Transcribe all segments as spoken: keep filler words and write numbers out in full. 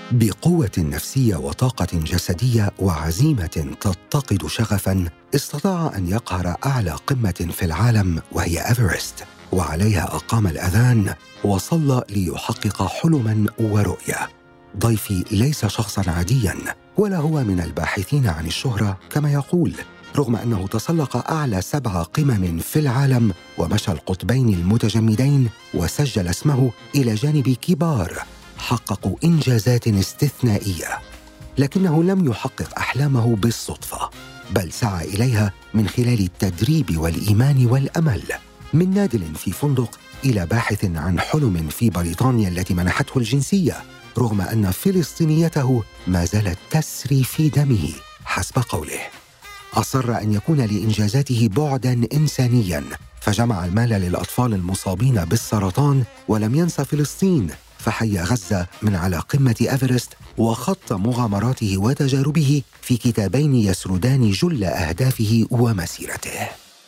بقوة نفسية وطاقة جسدية وعزيمة تتقد شغفاً، استطاع أن يقهر أعلى قمة في العالم وهي إيفرست، وعليها أقام الأذان وصلى ليحقق حلماً ورؤية. ضيفي ليس شخصاً عادياً، ولا هو من الباحثين عن الشهرة كما يقول، رغم أنه تسلق أعلى سبع قمم في العالم ومشى القطبين المتجمدين وسجل اسمه إلى جانب كبار حققوا إنجازات استثنائية. لكنه لم يحقق أحلامه بالصدفة، بل سعى إليها من خلال التدريب والإيمان والأمل، من نادل في فندق إلى باحث عن حلم في بريطانيا التي منحته الجنسية، رغم أن فلسطينيته ما زالت تسري في دمه حسب قوله. أصر أن يكون لإنجازاته بعداً إنسانياً، فجمع المال للأطفال المصابين بالسرطان، ولم ينس فلسطين، فحيا غزة من على قمة إيفرست، وخط مغامراته وتجاربه في كتابين يسردان جل أهدافه ومسيرته.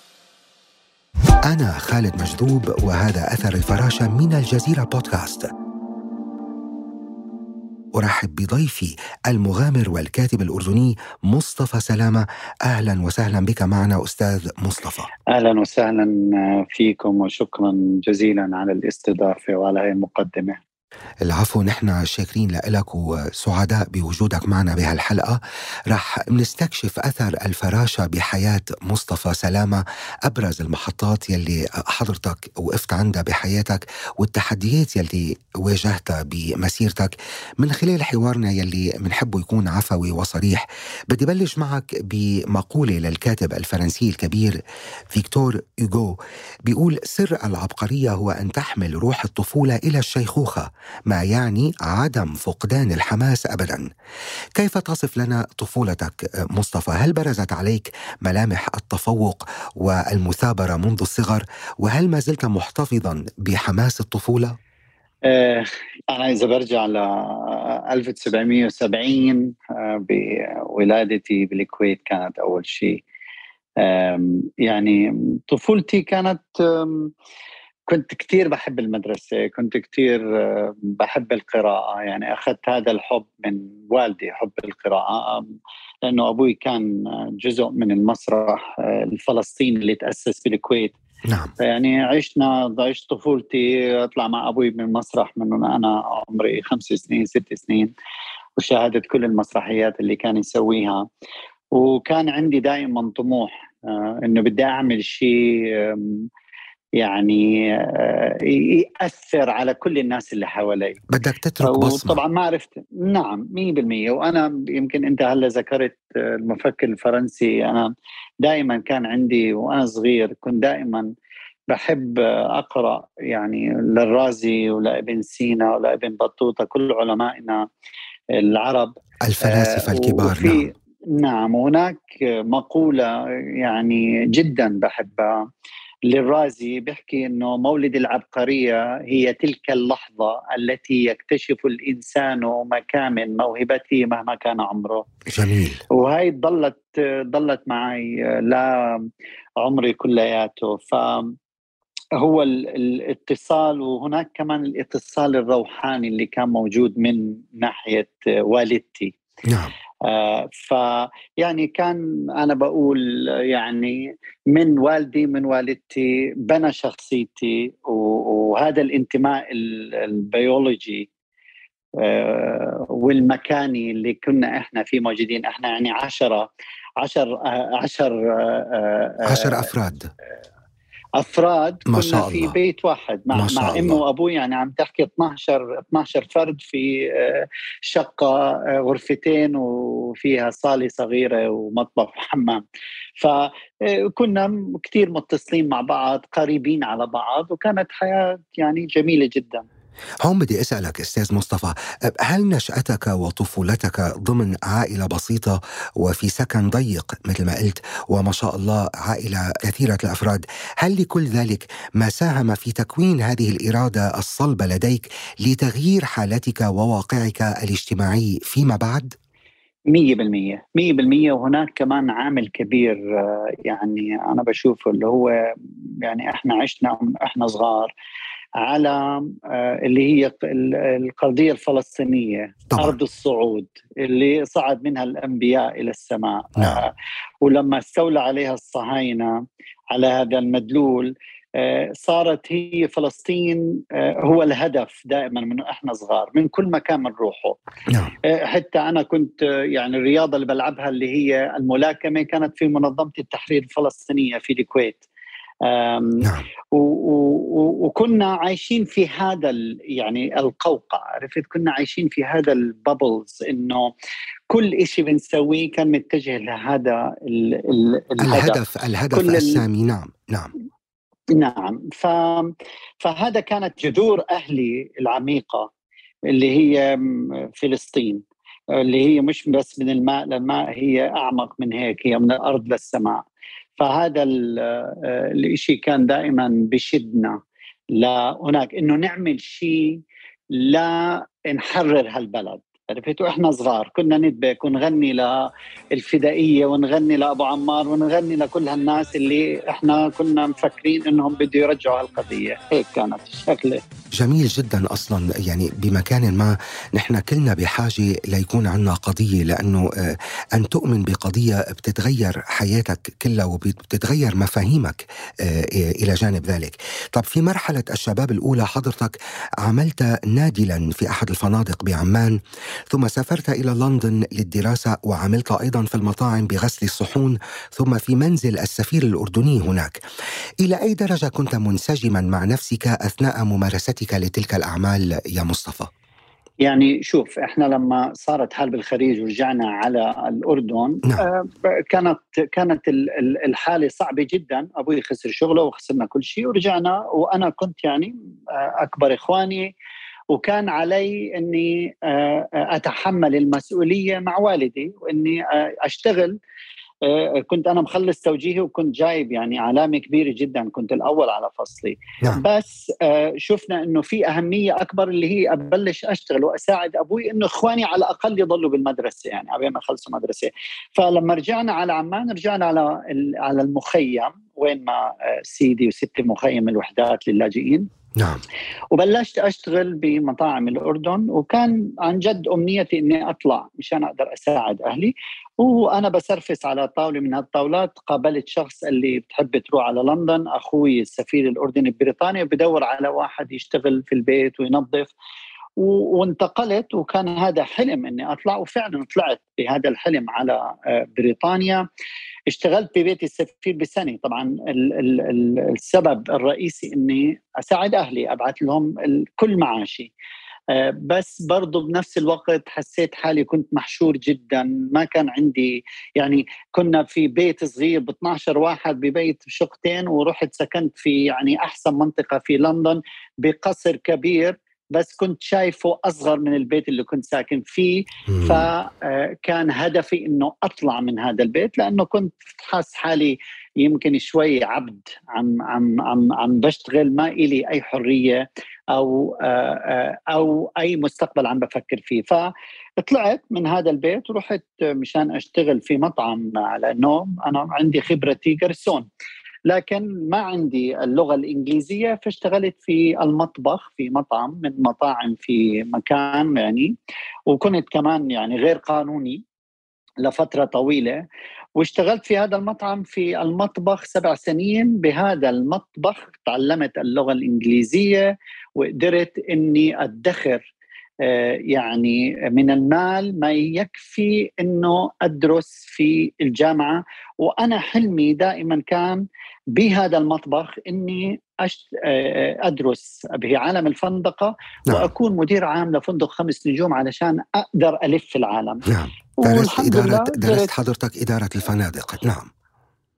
أنا خالد مجذوب، وهذا أثر الفراشة من الجزيرة بودكاست. أرحب بضيفي المغامر والكاتب الأردني مصطفى سلامة. أهلا وسهلا بك معنا أستاذ مصطفى. أهلا وسهلا فيكم، وشكرا جزيلا على الاستضافة وعلى هذه المقدمة. العفو، نحن شاكرين لك وسعداء بوجودك معنا بهالحلقة. رح نستكشف أثر الفراشة بحياة مصطفى سلامة، أبرز المحطات يلي حضرتك وقفت عندها بحياتك والتحديات يلي واجهتها بمسيرتك، من خلال حوارنا يلي منحبه يكون عفوي وصريح. بدي بلش معك بمقولة للكاتب الفرنسي الكبير فيكتور هوغو، بيقول: سر العبقرية هو أن تحمل روح الطفولة إلى الشيخوخة، ما يعني عدم فقدان الحماس أبداً. كيف تصف لنا طفولتك مصطفى؟ هل برزت عليك ملامح التفوق والمثابرة منذ الصغر؟ وهل ما زلت محتفظاً بحماس الطفولة؟ أه أنا إذا برجع ل ألف وتسعمائة وسبعين، أه بولادتي بالكويت كانت أول شيء. يعني طفولتي كانت كنت كتير بحب المدرسة، كنت كتير بحب القراءة. يعني أخذت هذا الحب من والدي، حب القراءة، لأنه أبوي كان جزء من المسرح الفلسطيني اللي تأسس في الكويت. نعم. يعني عشنا عشت طفولتي أطلع مع أبوي من المسرح من أنا عمري خمس سنين ست سنين، وشاهدت كل المسرحيات اللي كان يسويها. وكان عندي دائما طموح إنه بدي أعمل شيء يعني يأثر على كل الناس اللي حوالي. بدك تترك بصمة. وطبعا ما عرفت. نعم مية بالمية. وأنا يمكن أنت هلا ذكرت المفكر الفرنسي، أنا دائما كان عندي وأنا صغير كنت دائما بحب أقرأ يعني للرازي ولابن سينا ولابن بطوطة، كل علمائنا العرب الفلاسفة الكبار. وفي نعم. نعم هناك مقولة يعني جدا بحبها للرازي، بيحكي إنه مولد العبقرية هي تلك اللحظة التي يكتشف الإنسان مكامن موهبته مهما كان عمره. جميل. وهي ضلت ضلت معي لا عمري كلياته. فهو الاتصال، وهناك كمان الاتصال الروحاني اللي كان موجود من ناحية والدتي. نعم. آه فيعني كان أنا بقول يعني من والدي من والدتي بنى شخصيتي، وهذا الانتماء البيولوجي آه والمكاني اللي كنا إحنا فيه موجودين. إحنا يعني عشرة عشر آه عشر آه عشر أفراد أفراد ما كنا شاء في الله. بيت واحد مع, مع أمي وأبوي. يعني عم تحكي اثناشر اثناشر فرد في شقة غرفتين وفيها صالة صغيرة ومطبخ وحمام. فكنا كتير متصلين مع بعض، قريبين على بعض، وكانت حياة يعني جميلة جدا. هون بدي أسألك أستاذ مصطفى، هل نشأتك وطفولتك ضمن عائلة بسيطة وفي سكن ضيق مثل ما قلت، وما شاء الله عائلة كثيرة الأفراد، هل لكل ذلك ما ساهم في تكوين هذه الإرادة الصلبة لديك لتغيير حالتك وواقعك الاجتماعي فيما بعد؟ مية بالمية مية بالمية. وهناك كمان عامل كبير يعني أنا بشوفه اللي هو يعني إحنا عشنا إحنا صغار على اللي هي القضية الفلسطينية طبعا. أرض الصعود اللي صعد منها الأنبياء إلى السماء. نعم. ولما استولى عليها الصهاينة على هذا المدلول صارت هي فلسطين هو الهدف دائما من احنا صغار من كل مكان بنروحه. نعم. حتى انا كنت يعني الرياضه اللي بلعبها اللي هي الملاكمه كانت في منظمه التحرير الفلسطينيه في الكويت. نعم. وكنا عايشين في هذا يعني القوقعة، عرفت، كنا عايشين في هذا البابلز انه كل إشي بنسويه كان متجه لهذا ال ال الهدف الهدف السامي. نعم نعم نعم. ف... فهذا كانت جذور أهلي العميقة اللي هي فلسطين، اللي هي مش بس من الماء للماء، هي أعمق من هيك، هي من الأرض للسماء. فهذا الإشي كان دائما بشدنا لهناك إنه نعمل شيء لا نحرر هالبلد. عرفتوا إحنا صغار كنا ندبك ونغني للفدائية ونغني لأبو عمار ونغني لكل هالناس اللي إحنا كنا مفكرين إنهم بده يرجعوا هالقضية. هيك كانت الشكلة. جميل جدا. أصلا يعني بمكان ما نحن كلنا بحاجة ليكون عنا قضية، لأنه أن تؤمن بقضية بتتغير حياتك كلها وبتتغير مفاهيمك إلى جانب ذلك. طب في مرحلة الشباب الأولى حضرتك عملت نادلا في أحد الفنادق بعمان، ثم سافرت إلى لندن للدراسة وعملت أيضا في المطاعم بغسل الصحون، ثم في منزل السفير الأردني هناك. إلى أي درجة كنت منسجما مع نفسك أثناء ممارستك لتلك الأعمال يا مصطفى؟ يعني شوف، إحنا لما صارت حال بالخليج ورجعنا على الأردن، نعم. كانت كانت الحالة صعبة جدا. أبوي خسر شغله وخسرنا كل شيء ورجعنا، وأنا كنت يعني أكبر إخواني، وكان علي أني أتحمل المسؤولية مع والدي وأني أشتغل. كنت أنا مخلص توجيهي وكنت جايب يعني علامة كبيرة جدا، كنت الأول على فصلي. نعم. بس شفنا أنه في أهمية أكبر اللي هي أبلش أشتغل وأساعد أبوي أنه إخواني على الأقل يضلوا بالمدرسة، يعني قبل ما يخلصوا مدرسة. فلما رجعنا على عمان رجعنا على على المخيم وين ما سيدي وستي مخيم الوحدات للاجئين. نعم. وبلشت أشتغل بمطاعم الأردن، وكان عن جد أمنيتي أني أطلع مشان أقدر أساعد أهلي. وأنا بسرفس على طاولة من هالطاولات قابلت شخص اللي بتحب تروح على لندن، أخوي السفير الأردني ببريطانيا، بدور على واحد يشتغل في البيت وينظف. وانتقلت، وكان هذا حلم أني أطلع، وفعلا طلعت بهذا الحلم على بريطانيا. اشتغلت ببيت السفير بسنة. طبعا ال ال ال السبب الرئيسي أني أساعد أهلي، أبعث لهم كل معاشي. بس برضو بنفس الوقت حسيت حالي كنت محشور جدا، ما كان عندي يعني. كنا في بيت صغير ب اثني عشر واحد ببيت شقتين، ورحت سكنت في يعني أحسن منطقة في لندن بقصر كبير، بس كنت شايفه أصغر من البيت اللي كنت ساكن فيه. فكان هدفي إنه أطلع من هذا البيت، لأنه كنت حاس حالي يمكن شوي عبد، عم عم عم عم بشتغل، ما إلي أي حرية أو أو أي مستقبل عم بفكر فيه. فطلعت من هذا البيت ورحت مشان أشتغل في مطعم، على إنه أنا عندي خبرتي جرسون لكن ما عندي اللغة الإنجليزية، فاشتغلت في المطبخ في مطعم من مطاعم في مكان يعني، وكنت كمان يعني غير قانوني لفترة طويلة. واشتغلت في هذا المطعم في المطبخ سبع سنين. بهذا المطبخ تعلمت اللغة الإنجليزية، وقدرت إني أدخر يعني من المال ما يكفي إنه أدرس في الجامعة. وأنا حلمي دائما كان بهذا المطبخ إني أدرس بعالم الفندقة. نعم. وأكون مدير عام لفندق خمس نجوم علشان أقدر ألف في العالم. نعم. درست إدارة درست حضرتك إدارة الفنادق. نعم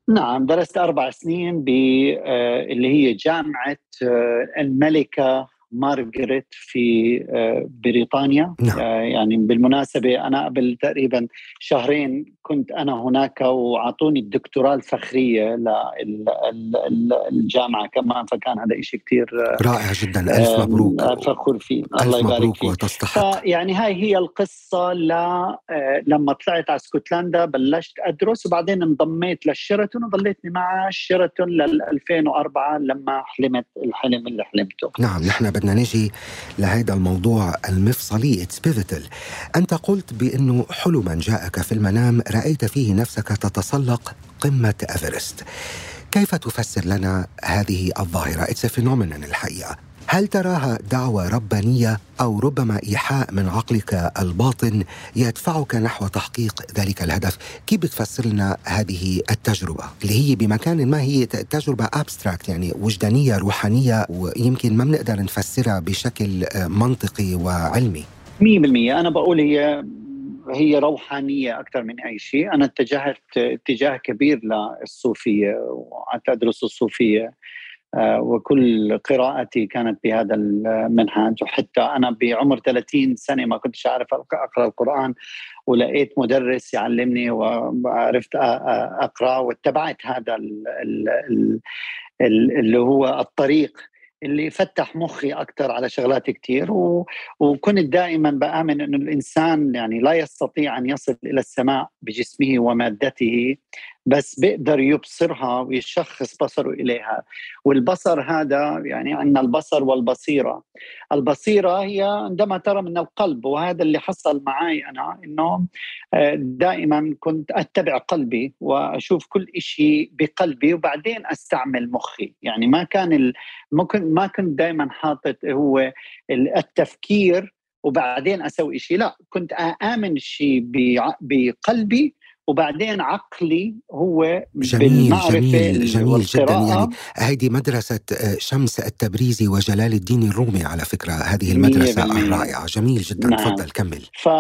نعم درست أربع سنين ب اللي هي جامعة الملكة مارغريت في بريطانيا. نعم. يعني بالمناسبة أنا قبل تقريبا شهرين كنت أنا هناك وعطوني الدكتوراه الفخرية للجامعة كمان، فكان هذا إشي كتير رائع جدا. ألف مبروك. فخور فيه. الله يبارك مبروك فيه. وتستحق. فيعني هاي هي القصة. ل... لما طلعت على اسكتلندا بلشت أدرس، وبعدين انضميت للشيراتون وظليتني مع الشيراتون لل ألفين وأربعة لما حلمت الحلم اللي حلمته. نعم، نحن بدنا نجي لهذا الموضوع المفصلي. It's pivotal. أنت قلت بأنه حلما جاءك في المنام رأيت فيه نفسك تتسلق قمة إيفرست. كيف تفسر لنا هذه الظاهرة؟ It's a phenomenon الحقيقة. هل تراها دعوة ربانية أو ربما إيحاء من عقلك الباطن يدفعك نحو تحقيق ذلك الهدف؟ كيف بتفسر لنا هذه التجربة اللي هي بمكان ما هي تجربة abstract، يعني وجدانية روحانية، ويمكن ما بنقدر نفسرها بشكل منطقي وعلمي؟ مية بالمية أنا بقول هي هي روحانية أكثر من أي شيء. أنا اتجهت اتجاه كبير للصوفية وقعدت أدرس الصوفية، وكل قراءتي كانت بهذا المنهاج. وحتى أنا بعمر ثلاثين سنة ما كنتش أعرف أقرأ القرآن، ولقيت مدرس يعلمني وعرفت أقرأ، واتبعت هذا اللي هو الطريق اللي فتح مخي أكتر على شغلات كتير. و... وكنت دائما بآمن أن الإنسان يعني لا يستطيع أن يصل إلى السماء بجسمه ومادته، بس بيقدر يبصرها ويشخص بصره إليها. والبصر هذا يعني عندنا البصر والبصيرة. البصيرة هي عندما ترى من القلب، وهذا اللي حصل معي أنا، إنه دائما كنت أتبع قلبي وأشوف كل إشي بقلبي وبعدين أستعمل مخي. يعني ما كان ال... ممكن ما كنت دائما حاطط هو التفكير وبعدين أسوي إشي، لا، كنت آمن الشيء بقلبي وبعدين عقلي هو جميل بالمعرفة جميل جميل جدا. يعني هذه مدرسة شمس التبريزي وجلال الدين الرومي على فكرة، هذه المدرسة الرائعة. جميل جدا. نعم. تفضل كمل.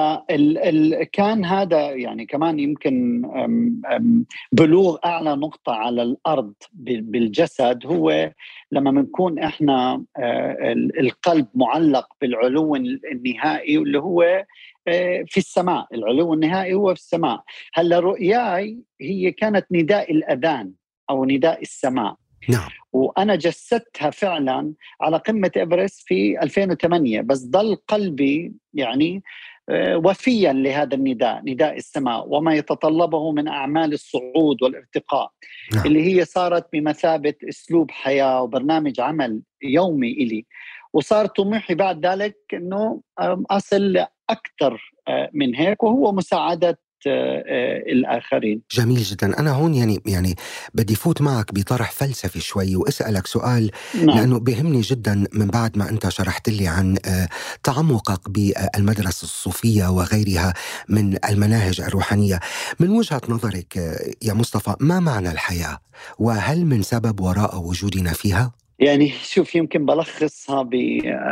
فكان هذا يعني كمان يمكن أم أم بلوغ أعلى نقطة على الأرض بالجسد، هو لما منكون إحنا القلب معلق بالعلو النهائي اللي هو في السماء. العلو النهائي هو في السماء. هلا رؤياي هي كانت نداء الأذان أو نداء السماء. نعم. وأنا جسدتها فعلا على قمة إيفرست في ألفين وثمانية، بس ضل قلبي يعني وفيا لهذا النداء، نداء السماء وما يتطلبه من أعمال الصعود والارتقاء. نعم. اللي هي صارت بمثابة أسلوب حياة وبرنامج عمل يومي إلي. وصار طموحي بعد ذلك أنه أصل أكثر من هيك، وهو مساعدة الآخرين. جميل جدا. أنا هون يعني يعني بدي فوت معك بطرح فلسفي شوي وأسألك سؤال. نعم. لأنه بيهمني جدا من بعد ما أنت شرحت لي عن تعمقك بالمدرسة الصوفية وغيرها من المناهج الروحانية. من وجهة نظرك يا مصطفى، ما معنى الحياة؟ وهل من سبب وراء وجودنا فيها؟ يعني شوف، يمكن بلخصها ب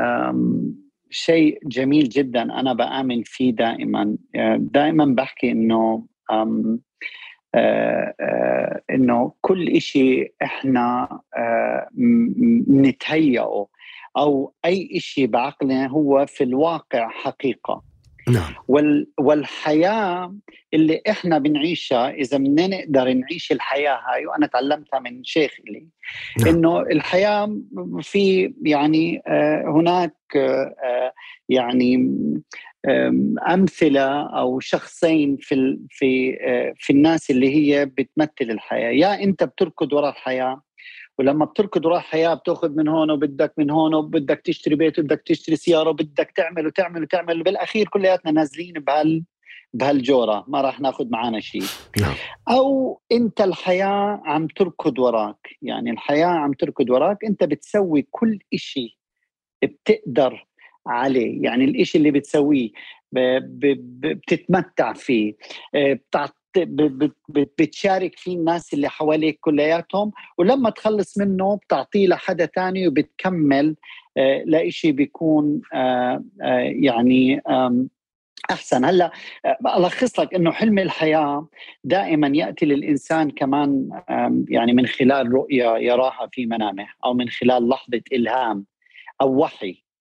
شيء جميل جدا أنا بآمن فيه دائما. دائما بحكي إنه آه آه إنه كل إشي إحنا آه نتهيئه أو أي إشي بعقلنا هو في الواقع حقيقة. نعم. وال والحياة اللي إحنا بنعيشها، إذا بدنا نقدر نعيش الحياة هاي، وأنا تعلمتها من شيخ لي. نعم. إنه الحياة في يعني آه هناك آه يعني آه أمثلة أو شخصين في في آه في الناس اللي هي بتمثل الحياة. يا أنت بتركض وراء الحياة، ولما بتركض وراء الحياة بتأخذ من هون وبدك من هون وبدك تشتري بيت وبدك تشتري سيارة وبدك تعمل وتعمل وتعمل، بالأخير كلياتنا نازلين بهال بهالجورة، ما راح ناخذ معانا شيء. أو أنت الحياة عم تركض وراك، يعني الحياة عم تركض وراك، أنت بتسوي كل إشي بتقدر عليه. يعني الإشي اللي بتسويه بتتمتع فيه، بتعطي بتشارك فيه الناس اللي حواليك كلياتهم، ولما تخلص منه بتعطيه لحدا تاني وبتكمل آه لإشي بيكون آه آه يعني آه أحسن. هلأ ألخص لك إنه حلم الحياة دائما يأتي للإنسان كمان يعني من خلال رؤية يراها في منامه، أو من خلال لحظة إلهام أو وحي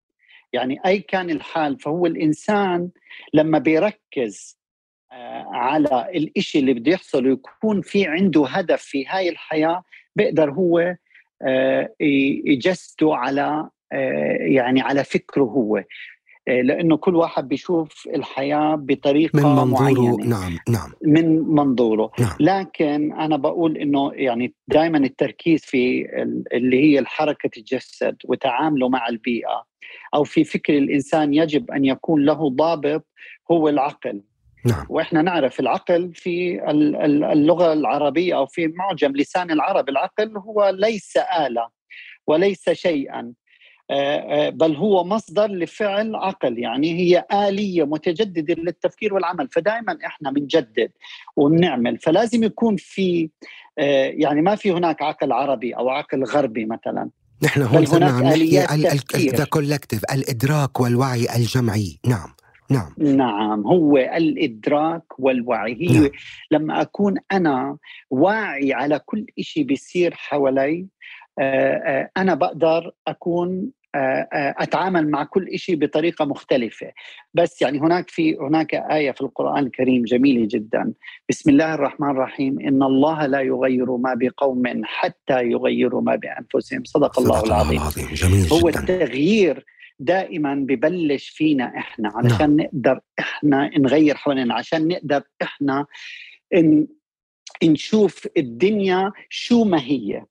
يعني أي كان الحال، فهو الإنسان لما بيركز على الإشي اللي بده يحصل ويكون في عنده هدف في هاي الحياة، بيقدر هو يجسده على يعني على فكره هو، لأنه كل واحد بيشوف الحياة بطريقة من منظوره. معينة. نعم نعم من منظوره. نعم. لكن أنا بقول إنه يعني دائما التركيز في اللي هي الحركة الجسد وتعامله مع البيئة، أو في فكر الإنسان يجب أن يكون له ضابط، هو العقل. نعم. وإحنا نعرف العقل في اللغة العربية أو في معجم لسان العرب، العقل هو ليس آلة وليس شيئا، بل هو مصدر لفعل عقل، يعني هي آلية متجددة للتفكير والعمل. فدائما إحنا بنجدد وبنعمل، فلازم يكون في يعني ما في هناك عقل عربي أو عقل غربي مثلا، نحن هون صرنا عم نحكي ذا كولكتيف، الإدراك والوعي الجمعي. نعم نعم نعم، هو الإدراك والوعي. هي نعم. لما أكون أنا واعي على كل إشي بيصير حوالي، أنا بقدر أكون أتعامل مع كل إشي بطريقة مختلفة. بس يعني هناك في هناك آية في القرآن الكريم جميلة جدا: بسم الله الرحمن الرحيم، إن الله لا يغير ما بقوم حتى يغيروا ما بأنفسهم. صدق, صدق الله العظيم. العظيم. جميل هو جدا. التغيير دائما ببلش فينا إحنا، علشان نعم. نقدر إحنا نغير حوالينا، عشان نقدر إحنا إن نشوف الدنيا شو ما هي.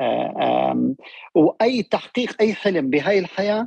وأي تحقيق أي حلم بهاي الحياة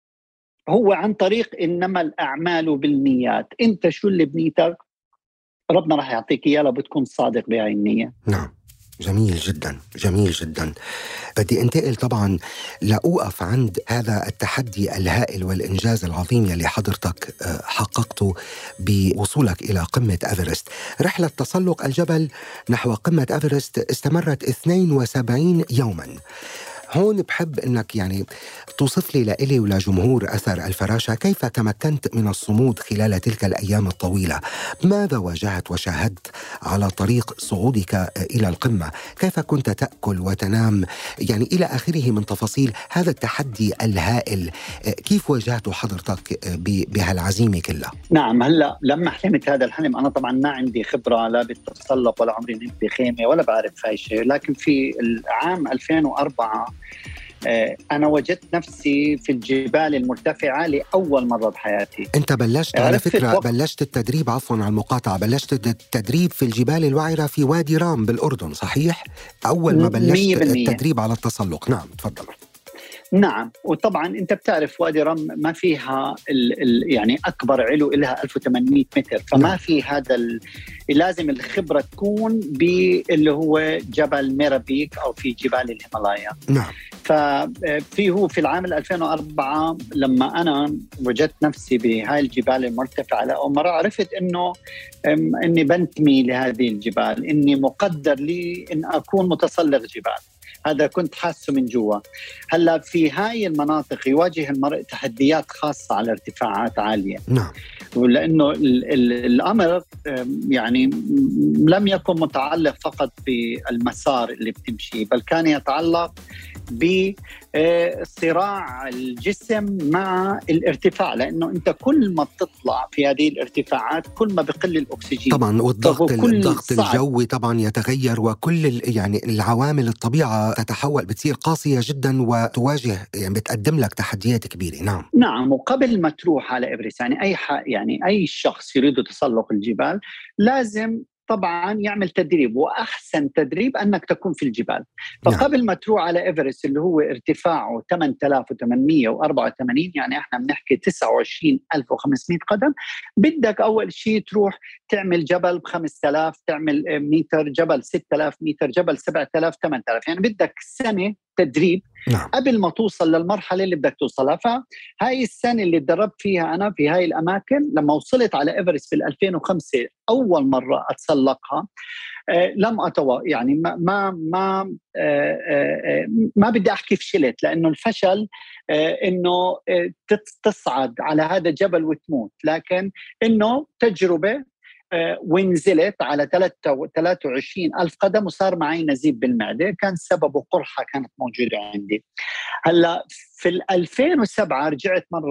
هو عن طريق إنما الأعمال بالنيات. أنت شو اللي بنيتك ربنا راح يعطيك إياه لو بتكون صادق بهاي النية. نعم، جميل جدا جميل جدا. بدي انتقل طبعا لأوقف عند هذا التحدي الهائل والإنجاز العظيم يلي حضرتك حققته بوصولك إلى قمة إيفرست. رحلة تسلق الجبل نحو قمة إيفرست استمرت اثنين وسبعين يوما. هون بحب أنك يعني توصف لي لإلي ولجمهور أثر الفراشة كيف تمكنت من الصمود خلال تلك الأيام الطويلة. ماذا واجهت وشاهدت على طريق صعودك إلى القمة؟ كيف كنت تأكل وتنام يعني إلى آخره من تفاصيل هذا التحدي الهائل؟ كيف واجهت حضرتك بهالعزيمة كلها؟ نعم، هلأ لما حلمت هذا الحلم أنا طبعا ما عندي خبرة لا بالتسلق ولا عمري نمت بخيمة ولا بعرف هاي الشيء، لكن في العام ألفين وأربعة أنا وجدت نفسي في الجبال المرتفعة لأول مرة بحياتي. أنت بلشت على فكرة بلشت التدريب، عفواً على المقاطعة، بلشت التدريب في الجبال الوعرة في وادي رام بالأردن، صحيح؟ أول ما بلشت التدريب على التسلق. نعم تفضل. نعم، وطبعا انت بتعرف وادي رم ما فيها ال ال يعني اكبر علو لها ألف وثمانمئة متر، فما نعم. في هذا لازم الخبره تكون باللي هو جبل ميرابيك او في جبال الهيمالايا. نعم. ففيه في العام ألفين وأربعة لما انا وجدت نفسي بهاي الجبال المرتفعه لاول مره، عرفت انه اني بنتمي لهذه الجبال، اني مقدر لي ان اكون متسلق جبال. هذا كنت حاسه من جوا. هلا في هاي المناطق يواجه المرء تحديات خاصة على ارتفاعات عالية. نعم. ولأنه ال ال الأمر يعني لم يكن متعلق فقط بالمسار اللي بتمشي، بل كان يتعلق بصراع الجسم مع الارتفاع، لأنه أنت كل ما بتطلع في هذه الارتفاعات كل ما بقل الأكسجين طبعا، والضغط الضغط الجوي طبعا يتغير، وكل يعني العوامل الطبيعة تتحول، بتصير قاسية جدا وتواجه يعني بتقدم لك تحديات كبيرة. نعم نعم. وقبل ما تروح على إيفرست يعني أي يعني أي شخص يريد تسلق الجبال لازم طبعا يعمل تدريب، وأحسن تدريب أنك تكون في الجبال. فقبل ما تروح على إيفرست اللي هو ارتفاعه ثمانية آلاف وثمانمئة وأربعة وثمانين، يعني احنا بنحكي تسعة وعشرين ألف وخمسمئة قدم، بدك أول شيء تروح تعمل جبل بخمسة آلاف، تعمل متر جبل ستة آلاف متر، جبل سبعة آلاف، ثمانية آلاف، يعني بدك سنة تدريب. نعم. قبل ما توصل للمرحلة اللي بدك توصلها. فهاي السنة اللي تدربت فيها أنا في هاي الأماكن، لما وصلت على إيفرست في ألفين وخمسة أول مرة أتسلقها، آه لم أتوا يعني ما ما ما, آه آه ما بدي أحكي فشلت، لأنه الفشل آه إنه آه تصعد على هذا الجبل وتموت، لكن إنه تجربة. آه ونزلت على ثلاثة وعشرين ألف قدم وصار معي نزيف بالمعدة، كان سببه قرحة كانت موجودة عندي. هلا في ألفين وسبعة رجعت مرة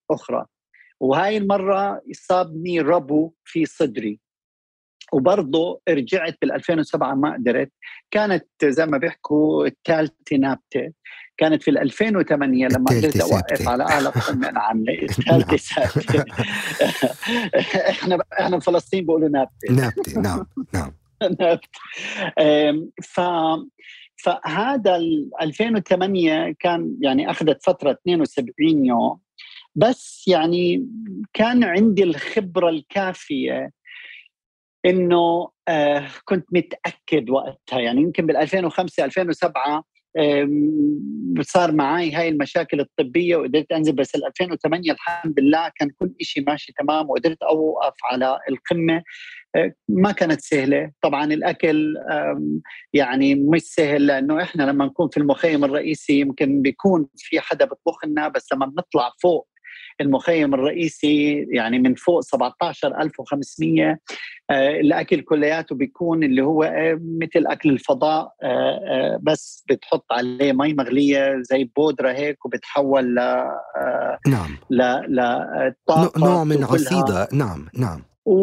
أخرى، وهاي المرة صابني ربو في صدري، وبرضه رجعت بالألفين وسبعة ما قدرت. كانت زي ما بيحكوا الثالثة نابتة، كانت في الألفين وثمانية لما قدرت أوقف على أعلى قمة. نعم الثالثة ثابتة. إحنا إحنا فلسطين بيقولوا نابتة. نابتة نعم نعم. نابتة. ف فهذا ألفين وثمانية كان يعني أخذت فترة اثنين وسبعين يوم، بس يعني كان عندي الخبرة الكافية إنه آه كنت متأكد وقتها. يعني يمكن بالألفين وخمسة ألفين وسبعة صار معي هاي المشاكل الطبية وقدرت أنزل، بس ألفين وثمانية الحمد لله كان كل إشي ماشي تمام وقدرت أوقف على القمة. ما كانت سهلة طبعا، الأكل يعني مش سهل، لأنه إحنا لما نكون في المخيم الرئيسي يمكن بيكون في حدا بطبخ لنا، بس لما بنطلع فوق المخيم الرئيسي يعني من فوق سبعة عشر ألف وخمسمية الأكل كلياته بيكون اللي هو مثل أكل الفضاء، بس بتحط عليه مي مغلية زي بودرة هيك وبتحول ل نعم لطاقة نوع من عصيدة. نعم نعم.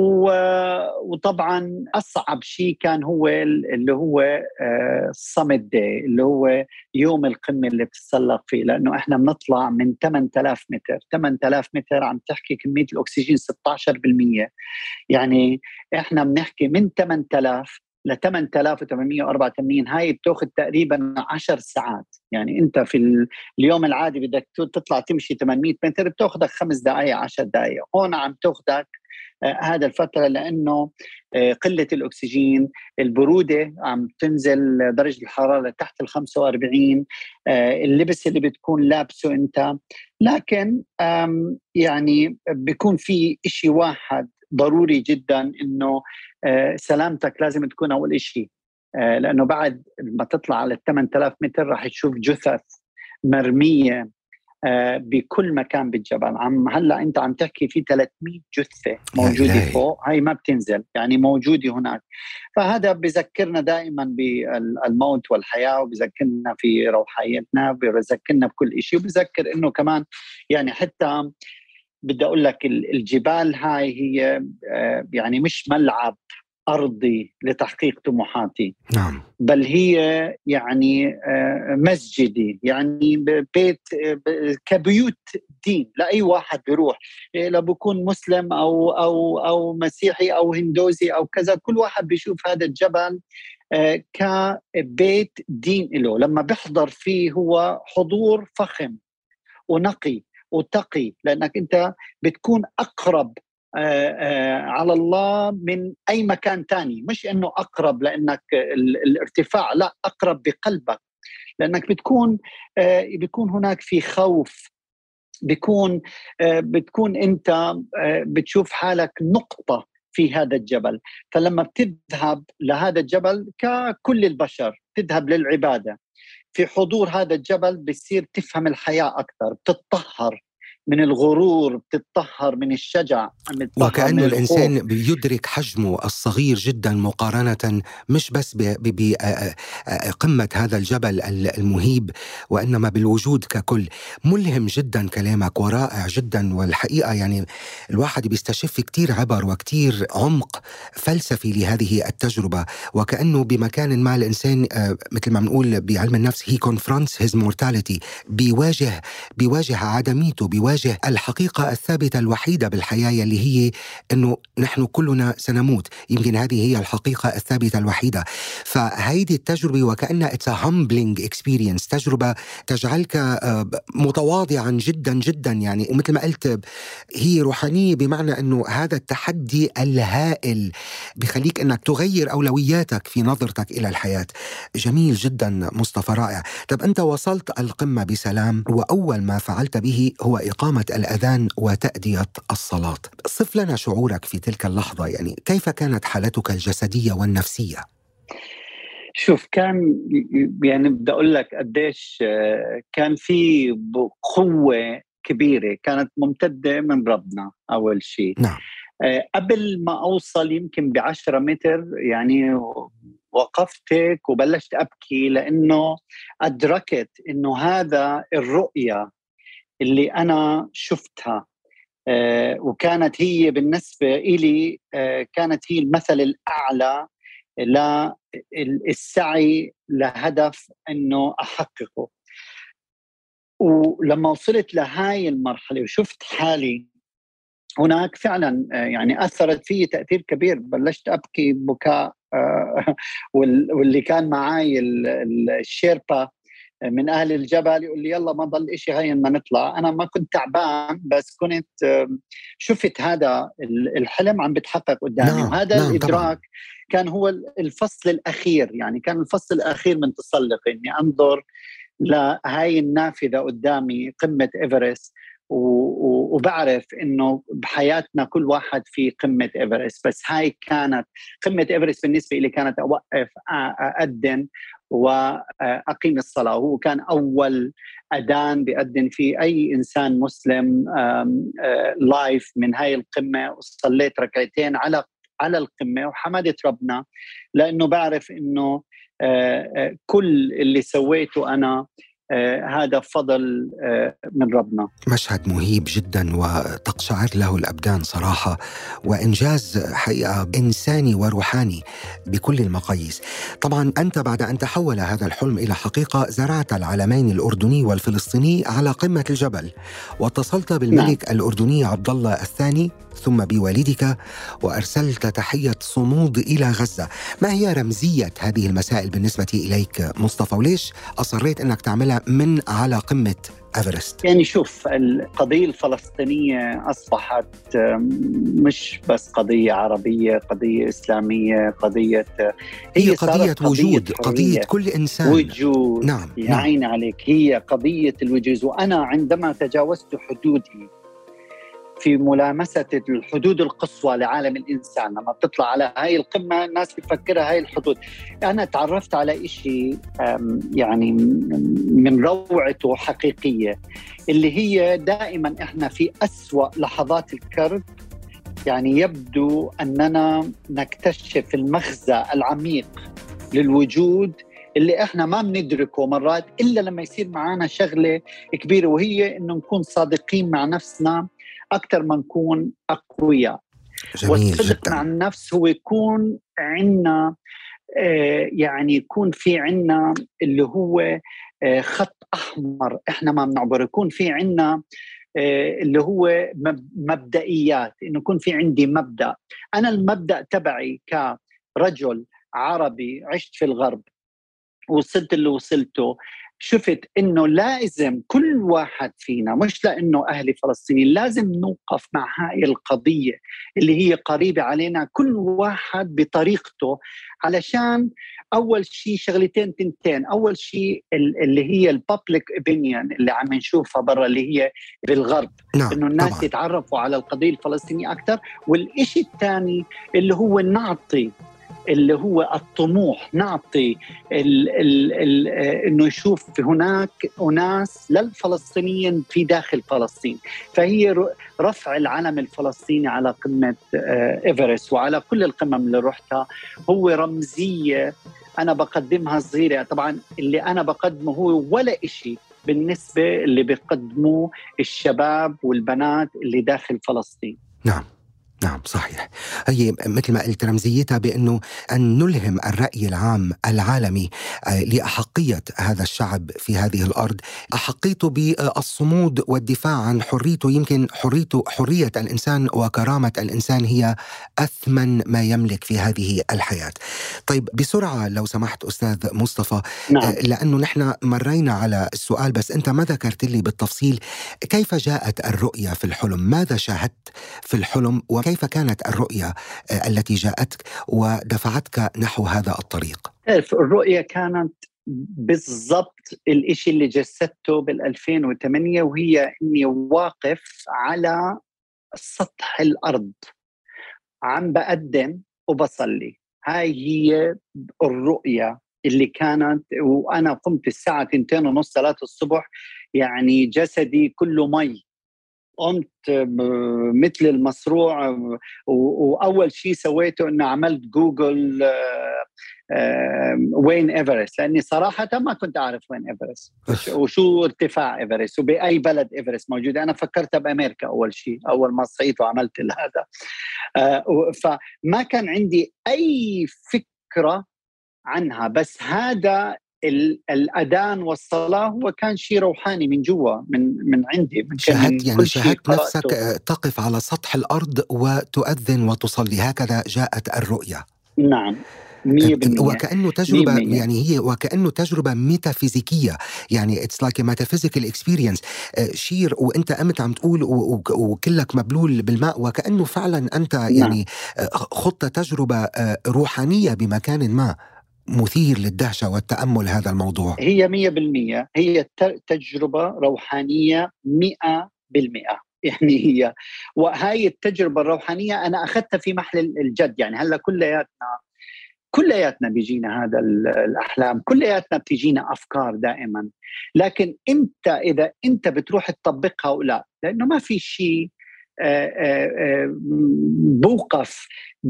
وطبعا أصعب شيء كان هو اللي هو الصمت داي، اللي هو يوم القمة اللي بتتسلق فيه، لأنه إحنا بنطلع من ثمانية آلاف متر. ثمانية آلاف متر عم تحكي كمية الأكسجين ستة عشر بالمية، يعني إحنا بنحكي من ثمانية آلاف ل ثمانية آلاف وثمانمية وأربعة وثمانين، هاي بتاخذ تقريبا عشر ساعات. يعني أنت في اليوم العادي بدك تطلع تمشي ثمانمية متر بتاخذك خمس دقائق عشر دقائق، هون عم تاخذك آه هذا الفترة، لأنه آه قلة الأكسجين، البرودة عم تنزل درجة الحرارة تحت ال خمسة وأربعين، آه اللبس اللي بتكون لابسه أنت. لكن يعني بيكون في إشي واحد ضروري جدا، إنه آه سلامتك لازم تكون أول إشي، آه لأنه بعد ما تطلع على ثمانية آلاف متر راح تشوف جثث مرمية آه بكل مكان بالجبل. عم هلا انت عم تحكي في ثلاثمية جثه موجوده فوق، هاي ما بتنزل، يعني موجوده هناك. فهذا بذكرنا دائما بالموت والحياه، وبذكرنا في روحيتنا، وبذكرنا بكل شيء، وبذكر انه كمان يعني حتى بدي اقول لك الجبال هاي هي آه يعني مش ملعب أرضي لتحقيق طموحاتي. نعم. بل هي يعني مسجدي، يعني بيت كبيوت دين لأي واحد بيروح، لو بيكون مسلم أو أو أو مسيحي أو هندوسي أو كذا، كل واحد بيشوف هذا الجبل كبيت دين له. لما بيحضر فيه هو حضور فخم ونقي وتقي، لأنك أنت بتكون أقرب آآ آآ على الله من أي مكان تاني. مش إنه أقرب لأنك الارتفاع، لا، أقرب بقلبك، لأنك بتكون بيكون هناك في خوف، بيكون بتكون أنت بتشوف حالك نقطة في هذا الجبل. فلما بتذهب لهذا الجبل ككل البشر تذهب للعبادة في حضور هذا الجبل، بتصير تفهم الحياة أكثر، بتتطهر من الغرور، بتتطهر من الشجع، وكأنه الإنسان بيدرك حجمه الصغير جدا مقارنة مش بس بقمة هذا الجبل المهيب، وإنما بالوجود ككل. ملهم جدا كلامك ورائع جدا، والحقيقة يعني الواحد بيستشف كتير عبر وكتير عمق فلسفي لهذه التجربة. وكأنه بمكان ما الإنسان مثل ما بنقول بعلم النفس he confronts his mortality، بيواجه بيواجه عدميته، بيواجه الحقيقة الثابتة الوحيدة بالحياة اللي هي إنه نحن كلنا سنموت. يمكن هذه هي الحقيقة الثابتة الوحيدة. فهيدي التجربة وكأنها it's a humbling experience، تجربة تجعلك متواضعا جدا جدا يعني. ومثل ما قلت هي روحانية، بمعنى إنه هذا التحدي الهائل بيخليك إنك تغير أولوياتك في نظرتك إلى الحياة. جميل جدا مصطفى، رائع. طب أنت وصلت القمة بسلام، وأول ما فعلت به هو إقامة الأذان وتأدية الصلاة. صف لنا شعورك في تلك اللحظة، يعني كيف كانت حالتك الجسدية والنفسية؟ شوف، كان يعني بدي أقول لك قديش كان في قوة كبيرة كانت ممتدة من ربنا. أول شيء نعم. قبل ما أوصل يمكن بعشرة متر يعني وقفتك وبلشت أبكي، لأنه أدركت أنه هذا الرؤية اللي أنا شفتها وكانت هي بالنسبة إلي كانت هي المثل الأعلى للسعي لهدف أنه أحققه. ولما وصلت لهاي المرحلة وشفت حالي هناك فعلا يعني أثرت فيه تأثير كبير، بلشت أبكي بكاء. واللي كان معاي الشيربا من أهل الجبل يقول لي يلا ما ضل إشي هاي ما نطلع. أنا ما كنت تعبان بس كنت شفت هذا الحلم عم بتحقق قدامي. نعم. وهذا نعم الإدراك طبعاً. كان هو الفصل الأخير، يعني كان الفصل الأخير من تسلقي إني أنظر لهاي النافذة قدامي قمة إيفرست، وبعرف إنه بحياتنا كل واحد في قمة إيفرست، بس هاي كانت قمة إيفرست بالنسبة لي. كانت أوقف أأذن وأقيم الصلاة، وهو كان أول أذان بيأذن فيه أي إنسان مسلم لايف من هاي القمة. وصليت ركعتين على على القمة وحمدت ربنا، لأنه بعرف إنه كل اللي سويته أنا هذا فضل من ربنا. مشهد مهيب جدا وتقشعر له الأبدان صراحة، وإنجاز حقيقة إنساني وروحاني بكل المقاييس. طبعا أنت بعد أن تحول هذا الحلم إلى حقيقة زرعت العلمين الأردني والفلسطيني على قمة الجبل، واتصلت بالملك نعم. الأردني عبد الله الثاني ثم بوالدك، وأرسلت تحية صمود إلى غزة. ما هي رمزية هذه المسائل بالنسبة إليك مصطفى، وليش أصريت أنك تعملها من على قمة إيفرست؟ يعني شوف، القضية الفلسطينية أصبحت مش بس قضية عربية، قضية إسلامية، قضية هي, هي قضية وجود، قضية, قضية كل إنسان. وجود. نعم. يعين نعم. عليك، هي قضية الوجود. وأنا عندما تجاوزت حدودي في ملامسة الحدود القصوى لعالم الإنسان، لما بتطلع على هاي القمة الناس بتفكرها هاي الحدود، أنا تعرفت على إشي يعني من روعته حقيقية، اللي هي دائما إحنا في أسوأ لحظات الكرب يعني يبدو أننا نكتشف المغزى العميق للوجود اللي إحنا ما بندركه مرات إلا لما يصير معنا شغلة كبيرة، وهي إنه نكون صادقين مع نفسنا أكثر ما نكون أقوياء. والصدق مع النفس هو يكون عنا آه يعني يكون في عنا اللي هو آه خط أحمر إحنا ما بنعبر، يكون في عنا آه اللي هو مبدئيات، إنه يكون في عندي مبدأ. أنا المبدأ تبعي كرجل عربي عشت في الغرب وصلت اللي وصلته، شفت إنه لازم كل واحد فينا، مش لأنه أهلي فلسطينيين، لازم نوقف مع هاي القضية اللي هي قريبة علينا كل واحد بطريقته، علشان أول شيء شغلتين تنتين. أول شيء اللي هي البابليك opinion اللي عم نشوفها برا اللي هي بالغرب، نعم. إنه الناس طبعاً. يتعرفوا على القضية الفلسطينية أكثر. والإشي الثاني اللي هو نعطي اللي هو الطموح، نعطي ال ال ال إنه يشوف هناك أناس للفلسطينيين في داخل فلسطين. فهي رفع العلم الفلسطيني على قمة إيفرست وعلى كل القمم اللي رحتها هو رمزية أنا بقدمها صغيرة. طبعا اللي أنا بقدمه هو ولا إشي بالنسبة اللي بيقدموه الشباب والبنات اللي داخل فلسطين. نعم. نعم صحيح. هي مثل ما قلت رمزيتها بأنه أن نلهم الرأي العام العالمي لأحقية هذا الشعب في هذه الأرض، أحقيته بالصمود والدفاع عن حريته. يمكن حريته حرية الإنسان وكرامة الإنسان هي أثمن ما يملك في هذه الحياة. طيب بسرعة لو سمحت أستاذ مصطفى. نعم. لأنه نحن مرينا على السؤال بس أنت ما ذكرت لي بالتفصيل كيف جاءت الرؤية في الحلم، ماذا شاهدت في الحلم، وكيف كيف كانت الرؤية التي جاءتك ودفعتك نحو هذا الطريق؟ الرؤية كانت بالضبط الإشي اللي جسدته بالألفين وثمانية، وهي إني واقف على سطح الأرض عم بقدم وبصلي. هاي هي الرؤية اللي كانت. وأنا قمت الساعة تنتين ونص ثلاثة الصبح، يعني جسدي كله مي. قمت مثل المصروع، وأول شيء سويته أنه عملت جوجل وين إيفرست، لأني صراحة ما كنت أعرف وين إيفرست وشو ارتفاع إيفرست وبأي بلد إيفرست موجودة. أنا فكرت بأمريكا أول شيء أول ما صحيت وعملت هذا، فما كان عندي أي فكرة عنها. بس هذا الأذان والصلاة هو كان شيء روحاني من جوا، من من عندي، من شاهدت يعني شاهدت نفسك تقف على سطح الأرض وتؤذن وتصلي، هكذا جاءت الرؤية. نعم مية بالمية. وكأنه تجربة مية بالمية. يعني هي وكأنه تجربة ميتافيزيكية، يعني it's like a metaphysical experience. شير وانت قمت عم تقول وكلك مبلول بالماء، وكأنه فعلا انت يعني خضت تجربة روحانية بمكان ما مثير للدهشة والتأمل. هذا الموضوع هي مية بالمية هي تجربة روحانية مئة بالمئة. يعني هي وهاي التجربة الروحانية أنا أخذتها في محل الجد. يعني هلأ كلياتنا كلياتنا بيجينا هذا الأحلام، كلياتنا بتجينا أفكار دائما، لكن أنت إذا أنت بتروح تطبقها أو لا، لأنه ما في شيء بوقف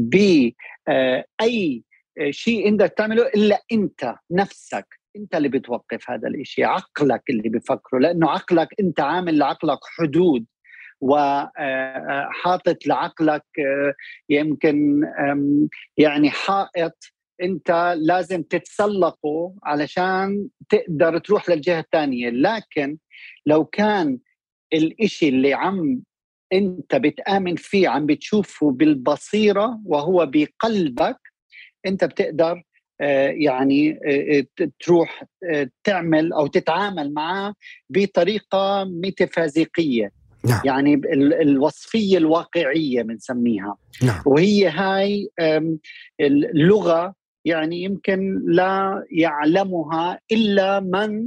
بأي شيء أنت تعمله إلا أنت نفسك، أنت اللي بتوقف هذا الإشي، عقلك اللي بفكره، لأنه عقلك أنت عامل لعقلك حدود وحاطط لعقلك يمكن يعني حائط أنت لازم تتسلقه علشان تقدر تروح للجهة الثانية. لكن لو كان الإشي اللي عم أنت بتآمن فيه عم بتشوفه بالبصيرة وهو بقلبك، أنت بتقدر يعني تروح تعمل أو تتعامل معه بطريقة ميتافيزيقية. نعم. يعني الوصفية الواقعية بنسميها. نعم. وهي هاي اللغة يعني يمكن لا يعلمها إلا من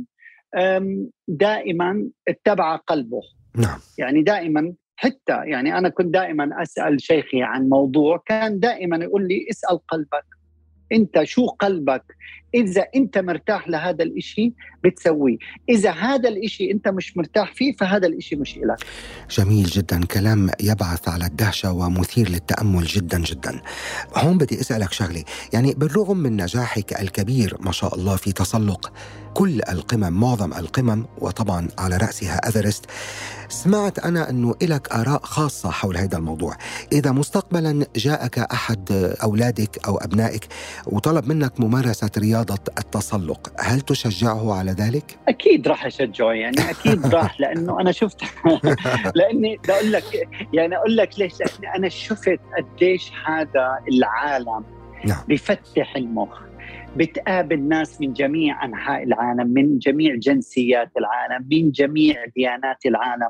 دائما اتبع قلبه. نعم. يعني دائما حتى يعني أنا كنت دائما أسأل شيخي عن موضوع، كان دائما يقول لي اسأل قلبك، أنت شو قلبك، إذا أنت مرتاح لهذا الإشي بتسويه، إذا هذا الإشي أنت مش مرتاح فيه فهذا الإشي مش إلك. جميل جدا، كلام يبعث على الدهشة ومثير للتأمل جدا جدا. هون بدي أسألك شغلة، يعني بالرغم من نجاحك الكبير ما شاء الله في تسلق كل القمم، معظم القمم، وطبعا على رأسها إيفرست، سمعت أنا أنه إلك آراء خاصة حول هذا الموضوع. إذا مستقبلا جاءك أحد أولادك أو أبنائك وطلب منك ممارسة رياضة التسلق، هل تشجعه على ذلك؟ أكيد راح أشجعه، يعني أكيد راح، لأنه أنا شفت لأني بدي أقول لك يعني أقول لك ليش، لأني أنا شفت قديش هذا العالم نعم. بفتح المخ، بتقابل ناس من جميع أنحاء العالم، من جميع جنسيات العالم، من جميع ديانات العالم.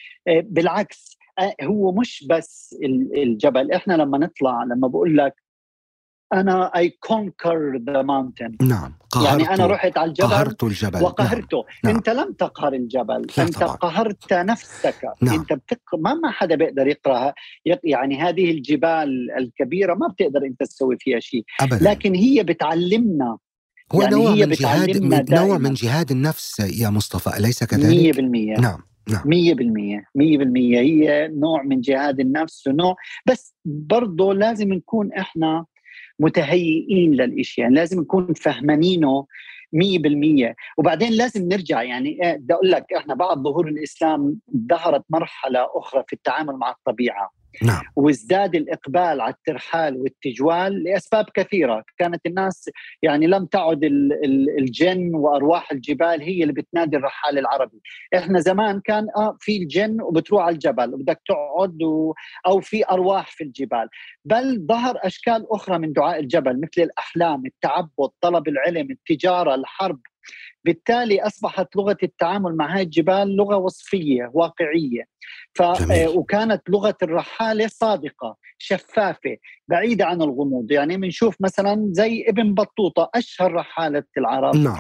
بالعكس هو مش بس الجبل، إحنا لما نطلع، لما بقول لك أنا I conquer the mountain، نعم. يعني أنا رحت على الجبل قهرت الجبل وقهرته. نعم. أنت لم تقهر الجبل، أنت طبعا. قهرت نفسك. نعم. أنت بتق... ما ما حدا بيقدر يقرأها، يعني هذه الجبال الكبيرة ما بتقدر أنت تسوي فيها شيء أبداً. لكن هي بتعلمنا، هو يعني نوع هي من جهاد من نوع من جهاد النفس يا مصطفى، أليس كذلك؟ مية بالمية. نعم نعم مية بالمية مية بالمية هي نوع من جهاد النفس، ونوع بس برضو لازم نكون إحنا متهيئين للإشي، يعني لازم نكون فهمانينه مية بالمية. وبعدين لازم نرجع، يعني بدي أقول لك إحنا بعد ظهور الإسلام ظهرت مرحلة أخرى في التعامل مع الطبيعة. نعم. وازداد الإقبال على الترحال والتجوال لأسباب كثيرة. كانت الناس يعني لم تعد الجن وأرواح الجبال هي اللي بتنادي الرحال العربي. إحنا زمان كان آه في الجن وبتروح على الجبل وبدك تقعد و... أو في أرواح في الجبال، بل ظهر أشكال أخرى من دعاء الجبل مثل الأحلام، التعبد، طلب العلم، التجارة، الحرب. بالتالي أصبحت لغة التعامل مع هذه الجبال لغة وصفية واقعية. ف... وكانت لغة الرحالة صادقة شفافة بعيدة عن الغموض. يعني بنشوف مثلا زي ابن بطوطة أشهر رحالة العرب. نعم.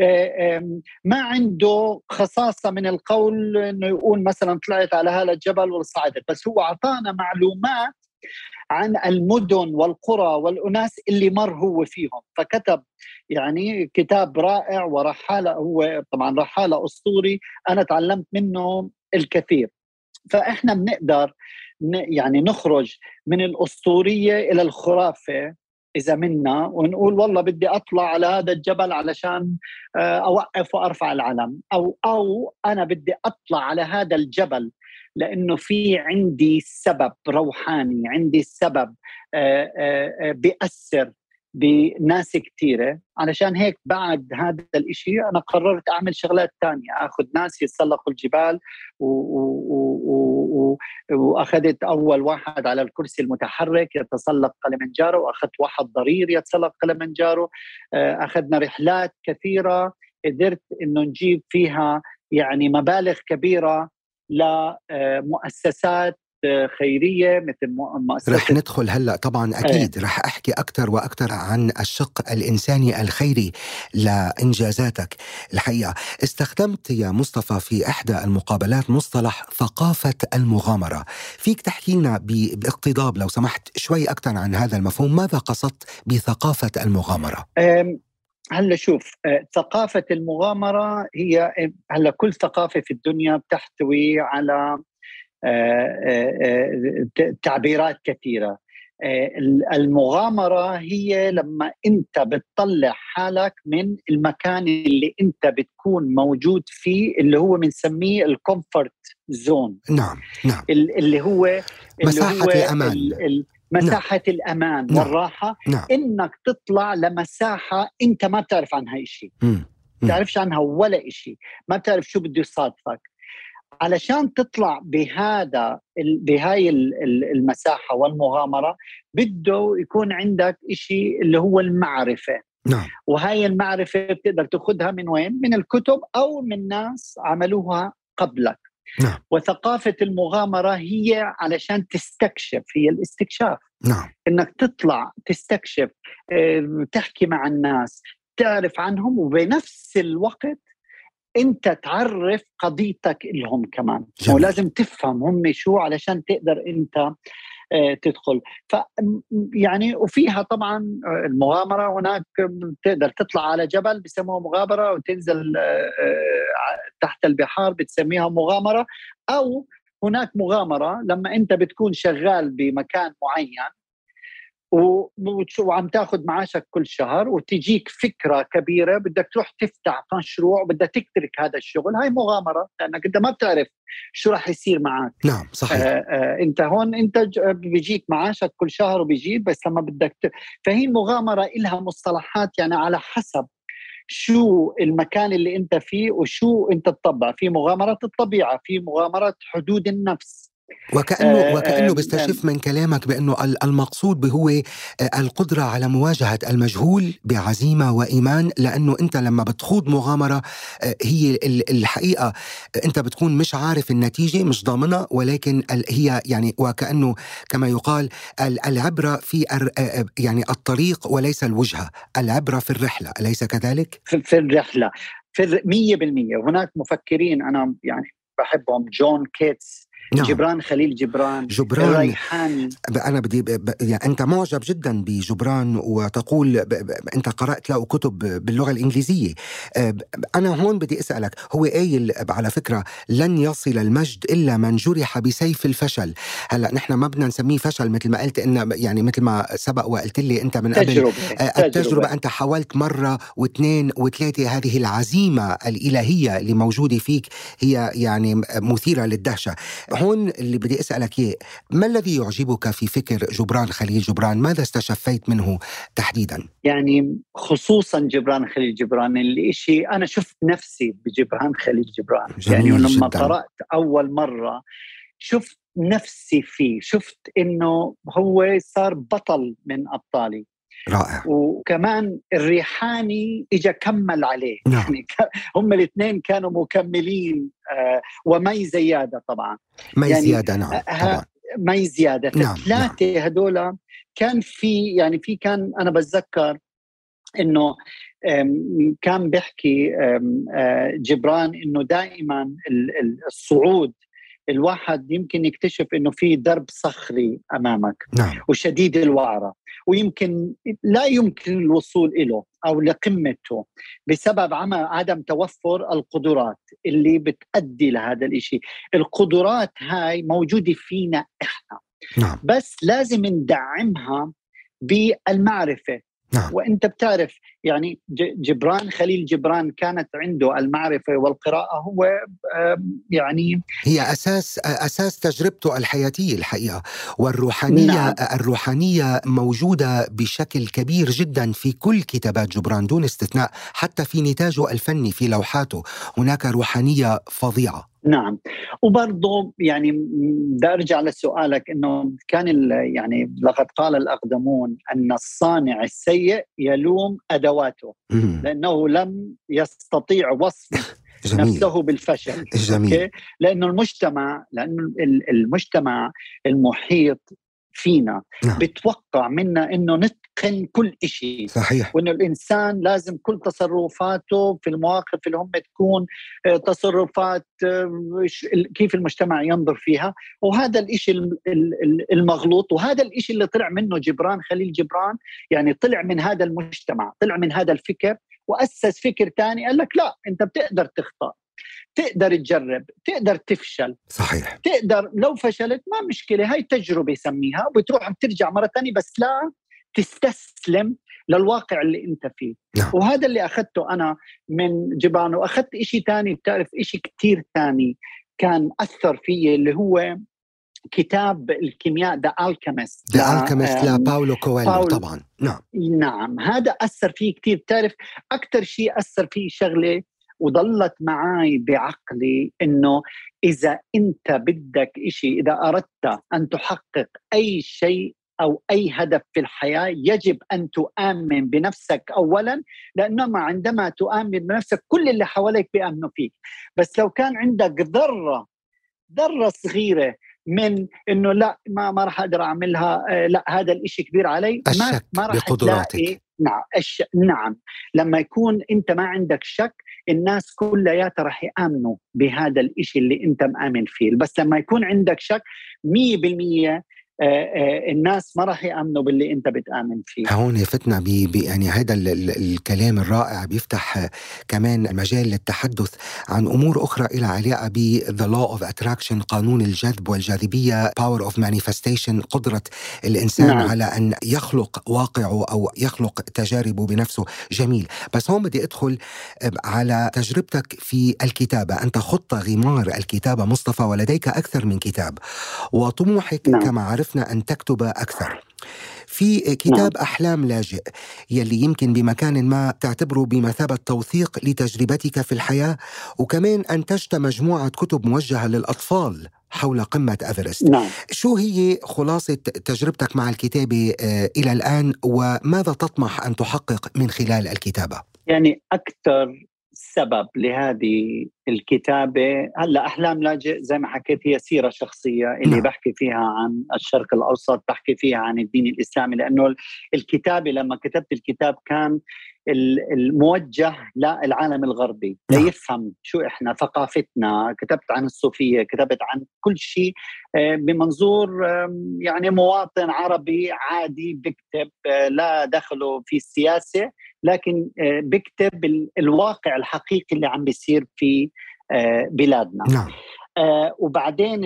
ما عنده خصاصة من القول إنه يقول مثلا طلعت على هذا الجبل وصعدت، بس هو أعطانا معلومات عن المدن والقرى والأناس اللي مر هو فيهم، فكتب يعني كتاب رائع. ورحالة، هو طبعا رحالة أسطوري، أنا تعلمت منه الكثير. فإحنا بنقدر يعني نخرج من الأسطورية إلى الخرافة إذا منا ونقول والله بدي أطلع على هذا الجبل علشان أوقف وأرفع العلم، أو أو أنا بدي أطلع على هذا الجبل لأنه في عندي سبب روحاني، عندي سبب بيأثر بناس كتيرة. علشان هيك بعد هذا الاشي أنا قررت أعمل شغلات تانية، أخذ ناس يتسلقوا الجبال و... و... و... وأخذت أول واحد على الكرسي المتحرك يتسلق كليمنجارو، وأخذت واحد ضرير يتسلق كليمنجارو. أخذنا رحلات كثيرة قدرت إنه نجيب فيها يعني مبالغ كبيرة لمؤسسات خيرية مثل مؤسسة. رح ندخل هلأ طبعا أكيد. رح أحكي أكتر وأكتر عن الشق الإنساني الخيري لإنجازاتك. الحقيقة استخدمت يا مصطفى في إحدى المقابلات مصطلح ثقافة المغامرة. فيك تحكي لنا باقتضاب لو سمحت شوي أكتر عن هذا المفهوم؟ ماذا قصدت بثقافة المغامرة؟ هلا شوف، ثقافة المغامرة هي هلا كل ثقافة في الدنيا بتحتوي على تعبيرات كثيرة. المغامرة هي لما أنت بتطلع حالك من المكان اللي أنت بتكون موجود فيه، اللي هو بنسميه الكومفورت زون. نعم نعم. اللي هو اللي مساحة هو الأمان. مساحة نعم. الأمان نعم. والراحة. نعم. إنك تطلع لمساحة أنت ما بتعرف عنها إشي، ما بتعرفش عنها ولا إشي، ما بتعرف شو بده يصادفك. علشان تطلع بهذا بهاي المساحة والمغامرة بده يكون عندك إشي اللي هو المعرفة. نعم. وهاي المعرفة بتقدر تأخذها من وين؟ من الكتب أو من ناس عملوها قبلك. نعم. وثقافة المغامرة هي علشان تستكشف، هي الاستكشاف. نعم. إنك تطلع تستكشف، تحكي مع الناس، تعرف عنهم، وبنفس الوقت أنت تعرف قضيتك لهم كمان. جميل. ولازم تفهم هم شو علشان تقدر أنت تدخل. ف يعني وفيها طبعا المغامرة هناك تقدر تطلع على جبل بسموها مغامرة، وتنزل تحت البحار بتسميها مغامرة. أو هناك مغامرة لما أنت بتكون شغال بمكان معين وعم تاخذ معاشك كل شهر وتجيك فكرة كبيرة بدك تروح تفتح مشروع وبدك تترك هذا الشغل. هاي مغامرة لأنك أنت ما بتعرف شو راح يصير معك. نعم صحيح. آآ آآ أنت هون أنت بيجيك معاشك كل شهر وبيجيك، بس لما بدك ت... فهي مغامرة إلها مصطلحات يعني على حسب شو المكان اللي أنت فيه وشو أنت تطبع. في مغامرة الطبيعة، في مغامرة حدود النفس. وكأنه وكأنه بستشف من كلامك بأنه المقصود هو القدرة على مواجهة المجهول بعزيمة وإيمان، لأنه أنت لما بتخوض مغامرة هي الحقيقة أنت بتكون مش عارف النتيجة، مش ضامنة، ولكن هي يعني وكأنه كما يقال العبرة في يعني الطريق وليس الوجهة، العبرة في الرحلة، أليس كذلك؟ في الرحلة في مية بالمية. هناك مفكرين أنا يعني بحبهم، جون كيتس، نعم. جبران خليل جبران, جبران الريحاني. أنا بدي ب... يعني أنت معجب جدا بجبران وتقول ب... ب... أنت قرأت له كتب باللغة الإنجليزية. أنا هون بدي أسألك، هو قايل على فكرة لن يصل المجد إلا من جرح بسيف الفشل. هلأ نحن ما بدنا نسميه فشل مثل ما قلت، إن يعني مثل ما سبق وقلت لي أنت من قبل تجربة. التجربة تجربة. أنت حاولت مرة واثنين وثلاثة، هذه العزيمة الإلهية اللي موجودة فيك هي يعني مثيرة للدهشة. هون اللي بدي أسألك إيه، ما الذي يعجبك في فكر جبران خليل جبران؟ ماذا استشفيت منه تحديدا؟ يعني خصوصا جبران خليل جبران اللي إشي أنا شفت نفسي بجبران خليل جبران. يعني لما جداً. قرأت أول مرة شفت نفسي فيه، شفت إنه هو صار بطل من أبطالي. رائع. وكمان الريحاني إجا كمل عليه. نعم. يعني هم الاثنين كانوا مكملين. آه ومي زيادة طبعا. مي يعني زيادة. نعم طبعا. مي زيادة. نعم. فالثلاثة نعم. هدول كان في يعني في كان أنا بتذكر إنه كان بيحكي جبران إنه دائما الصعود الواحد يمكن يكتشف إنه في درب صخري أمامك. نعم. وشديد الوعرة، ويمكن لا يمكن الوصول إله أو لقمته بسبب عدم توفر القدرات اللي بتؤدي لهذا الإشي. القدرات هاي موجودة فينا إحنا. نعم. بس لازم ندعمها بالمعرفة. نعم. وأنت بتعرف يعني جبران خليل جبران كانت عنده المعرفة والقراءة، هو يعني هي أساس أساس تجربته الحياتية الحقيقة. والروحانية نعم. الروحانية موجودة بشكل كبير جدا في كل كتابات جبران دون استثناء، حتى في نتاجه الفني في لوحاته هناك روحانية فظيعة. نعم. وبرضه يعني بدي أرجع لسؤالك إنه كان يعني لقد قال الأقدمون أن الصانع السيء يلوم أدواته لأنه لم يستطيع وصف جميل. نفسه بالفشل. جميل. أوكي؟ لأنه المجتمع لأنه المجتمع المحيط فينا نعم. بتوقع منا إنه نتقن كل إشي. صحيح. وإنه الإنسان لازم كل تصرفاته في المواقف اللي هم تكون تصرفات كيف المجتمع ينظر فيها. وهذا الإشي المغلوط، وهذا الإشي اللي طلع منه جبران خليل جبران. يعني طلع من هذا المجتمع، طلع من هذا الفكر وأسس فكر تاني، قال لك لا، أنت بتقدر تخطأ، تقدر تجرب، تقدر تفشل. صحيح. تقدر لو فشلت ما مشكلة، هاي تجربة سميها، وبتروح بترجع مرة تانية، بس لا تستسلم للواقع اللي انت فيه. نعم. وهذا اللي أخذته أنا من جبران. وأخذت إشي تاني، بتعرف إشي كتير تاني كان أثر فيه، اللي هو كتاب الكيمياء The Alchemist The Alchemist لباولو كويلو طبعا. نعم. نعم، هذا أثر فيه كتير. بتعرف أكتر شيء أثر فيه شغلة وضلت معاي بعقلي، إنه إذا أنت بدك إشي، إذا أردت أن تحقق أي شيء أو أي هدف في الحياة، يجب أن تؤمن بنفسك أولاً، لأنما عندما تؤمن بنفسك كل اللي حواليك بيأمنوا فيك. بس لو كان عندك ذرة ذرة صغيرة من إنه لا ما ما راح أقدر أعملها، آه لا هذا الإشي كبير علي، ما ما راح تلاقي. نعم. الش... نعم. لما يكون أنت ما عندك شك، الناس كلياتها راح يآمنوا بهذا الإشي اللي أنت مآمن فيه. بس لما يكون عندك شك مية بالمية الناس ما راح يأمنوا باللي أنت بتآمن فيه. هون فتنا بي بي يعني هذا ال ال الكلام الرائع بيفتح كمان مجال للتحدث عن أمور أخرى إلى علاقة ب The Law of Attraction، قانون الجذب والجاذبية، Power of Manifestation، قدرة الإنسان نعم. على أن يخلق واقعه أو يخلق تجاربه بنفسه. جميل. بس هون بدي أدخل على تجربتك في الكتابة. أنت خضت غمار الكتابة مصطفى، ولديك أكثر من كتاب، وطموحك نعم. كما عرفنا أن تكتب أكثر. في كتاب نعم. أحلام لاجئ، يلي يمكن بمكان ما تعتبره بمثابة توثيق لتجربتك في الحياة، وكمان أنتجت مجموعة كتب موجهة للأطفال حول قمة أفرست. نعم. شو هي خلاصة تجربتك مع الكتابة إلى الآن، وماذا تطمح أن تحقق من خلال الكتابة؟ يعني أكثر سبب لهذه الكتابة، هلأ أحلام لاجئ زي ما حكيت هي سيرة شخصية اللي نعم. بحكي فيها عن الشرق الأوسط، بحكي فيها عن الدين الإسلامي، لأنه الكتابة لما كتبت الكتاب كان الموجه للعالم الغربي نعم. ليفهم شو إحنا ثقافتنا. كتبت عن الصوفية، كتبت عن كل شيء بمنظور يعني مواطن عربي عادي بكتب، لا دخله في السياسة، لكن بكتب الواقع الحقيقي اللي عم بيصير في بلادنا نعم. وبعدين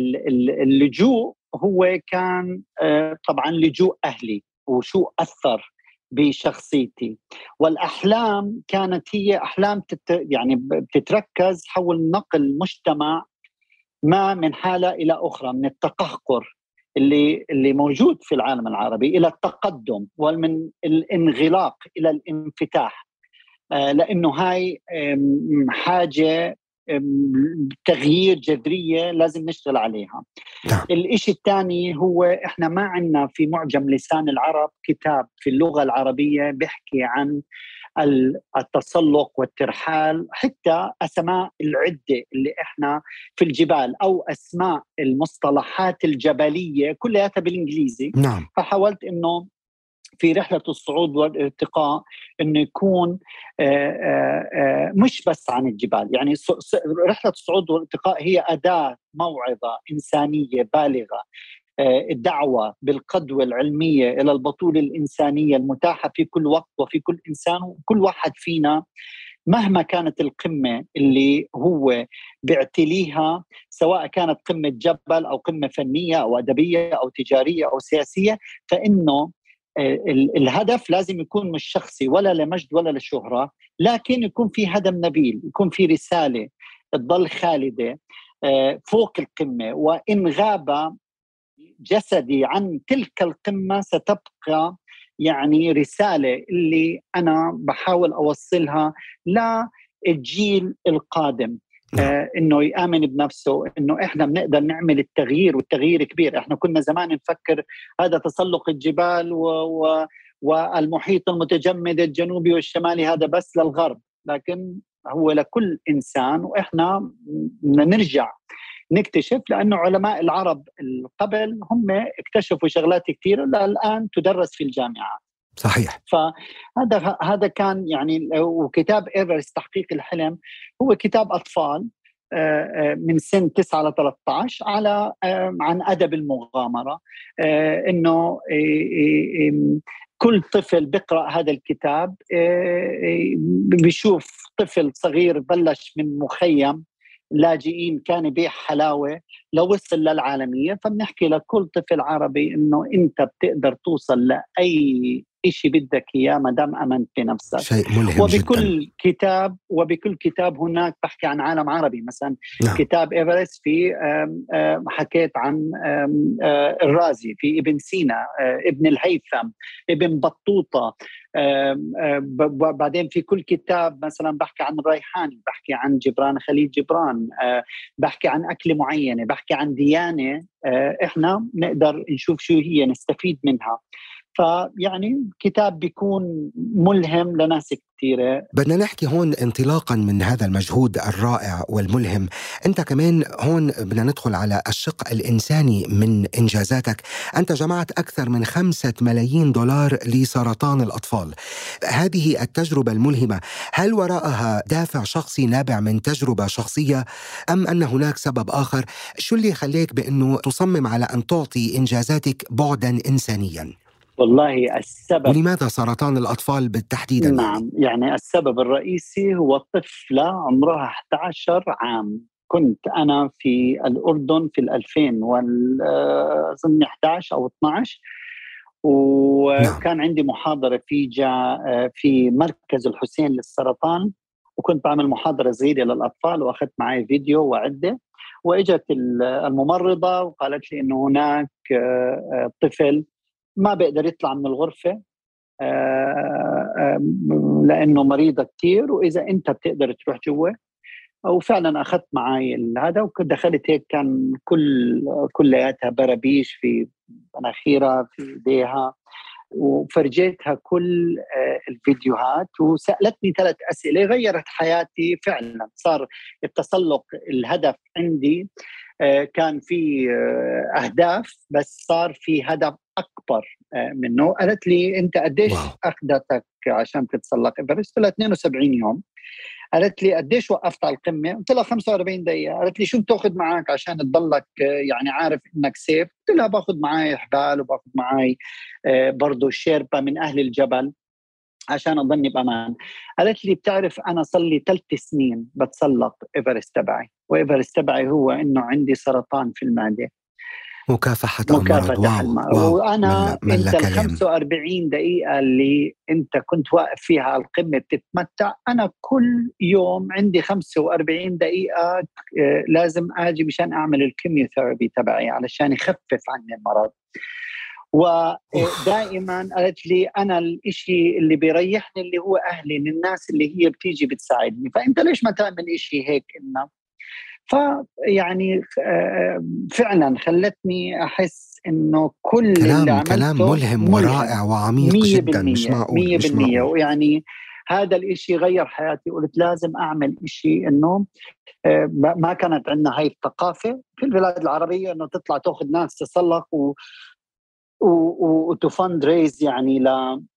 اللجوء هو كان طبعا لجوء أهلي، وشو أثر بشخصيتي. والأحلام كانت هي أحلام تت يعني بتتركز حول نقل مجتمع ما من حالة إلى أخرى، من التقهقر اللي اللي موجود في العالم العربي إلى التقدم، ومن الانغلاق إلى الانفتاح، آه لأنه هاي حاجة تغيير جذرية لازم نشتغل عليها. نعم. الإشي الثاني هو إحنا ما عنا في معجم لسان العرب كتاب في اللغة العربية بيحكي عن التسلق والترحال، حتى أسماء العدة اللي إحنا في الجبال أو أسماء المصطلحات الجبلية كلها بالإنجليزي. نعم. فحاولت إنه في رحلة الصعود والارتقاء إنه يكون آآ آآ مش بس عن الجبال. يعني رحلة الصعود والارتقاء هي أداة موعظة إنسانية بالغة، الدعوة بالقدوة العلمية إلى البطولة الإنسانية المتاحة في كل وقت وفي كل إنسان وكل واحد فينا، مهما كانت القمة اللي هو بيعتليها، سواء كانت قمة جبل أو قمة فنية أو أدبية أو تجارية أو سياسية، فإنه الهدف لازم يكون مش شخصي ولا لمجد ولا للشهرة، لكن يكون في هدف نبيل، يكون في رسالة تضل خالدة فوق القمة، وإن غاب جسدي عن تلك القمة ستبقى يعني رسالة اللي أنا بحاول أوصلها للجيل القادم. آه إنه يآمن بنفسه، إنه إحنا بنقدر نعمل التغيير، والتغيير كبير. إحنا كنا زمان نفكر هذا تسلق الجبال و و والمحيط المتجمد الجنوبي والشمالي هذا بس للغرب، لكن هو لكل إنسان. وإحنا نرجع نكتشف، لأنه علماء العرب قبل هم اكتشفوا شغلات كثيرة الآن تدرس في الجامعات. صحيح. فهذا هذا كان يعني. وكتاب إيفرست تحقيق الحلم هو كتاب أطفال من سن تسعة ل ثلاثة عشر على عن أدب المغامرة. إنه كل طفل بيقرأ هذا الكتاب بيشوف طفل صغير بلش من مخيم لاجئين كان يبيع حلاوة لو وصل للعالمية. فبنحكي لكل طفل عربي إنه أنت بتقدر توصل لأي إشي بدك إياه ما دام أمنت بنفسك. شيء ملهم وبكل جدا. كتاب وبكل كتاب هناك بحكي عن عالم عربي. مثلا نعم. كتاب إيفرست في حكيت عن الرازي، في ابن سينا، ابن الهيثم، ابن بطوطة. بعدين في كل كتاب مثلا بحكي عن الريحاني، بحكي عن جبران خليل جبران، بحكي عن أكل معينة، بحكي عن ديانة إحنا نقدر نشوف شو هي نستفيد منها. فيعني كتاب بيكون ملهم لناس كثيرة. بدنا نحكي هون انطلاقا من هذا المجهود الرائع والملهم، أنت كمان هون بدنا ندخل على الشق الإنساني من إنجازاتك. أنت جمعت أكثر من خمسة ملايين دولار لسرطان الأطفال. هذه التجربة الملهمة، هل وراءها دافع شخصي نابع من تجربة شخصية أم أن هناك سبب آخر؟ شو اللي خليك بأنه تصمم على أن تعطي إنجازاتك بعدا إنسانيا؟ والله السبب، ولماذا سرطان الأطفال بالتحديد؟ نعم يعني. يعني السبب الرئيسي هو طفلة عمرها أحد عشر عام. كنت أنا في الأردن في الألفين وأظن أحد عشر أو اثنا عشر، وكان نعم. عندي محاضرة في جا في مركز الحسين للسرطان، وكنت بعمل محاضرة صغيرة للأطفال، وأخذت معي فيديو وعدة. وإجت الممرضة وقالت لي إنه هناك طفل ما بيقدر يطلع من الغرفة لأنه مريضة كتير، وإذا أنت بتقدر تروح جوا. وفعلا أخذت معي هذا، ودخلت هيك كان كل كلياتها برابيش في مناخيرها في إيديها، وفرجيتها كل الفيديوهات، وسألتني ثلاث أسئلة غيرت حياتي فعلا. صار التسلق الهدف عندي كان في أهداف، بس صار في هدف أكبر منه. قالت لي أنت قديش أخذتك عشان تتسلق إيفرست؟ قلت اثنين وسبعين يوم. قالت لي قديش وقفت على القمة؟ قلت لها خمسة وأربعين دقيقة. قالت لي شو بتاخذ معك عشان تضلك يعني عارف إنك سيف؟ قلت لها باخذ معي حبال، وباخذ معي برضو شيربا من أهل الجبل عشان أضلني بأمان. قالت لي بتعرف أنا صار لي ثلاث سنين بتسلق إيفرست تبعي، وإيفرست تبعي هو إنه عندي سرطان في المعدة. مكافحة المرض. واو. واو. وأنا مل... مل أنت ال خمسة وأربعين دقيقة اللي أنت كنت واقف فيها على القمة بتتمتع، أنا كل يوم عندي خمسة وأربعين دقيقة لازم أجي مشان أعمل الكيميوثيرابي تبعي علشان يخفف عني المرض. ودائما قالت لي أنا الإشي اللي بيريحني اللي هو أهلي، الناس اللي هي بتيجي بتساعدني، فأنت ليش ما تعمل إشي هيك إنه. فيعني فعلا خلتني أحس إنه كل كلام اللي عملته كلام ملهم, ملهم ورائع وعميق جدا. مش معقول مية بالمية. ويعني هذا الإشي غير حياتي. قلت لازم أعمل إشي إنه ما كانت عندنا هاي الثقافة في البلاد العربية، إنه تطلع تأخذ ناس تسلق و وتفند ريز يعني ل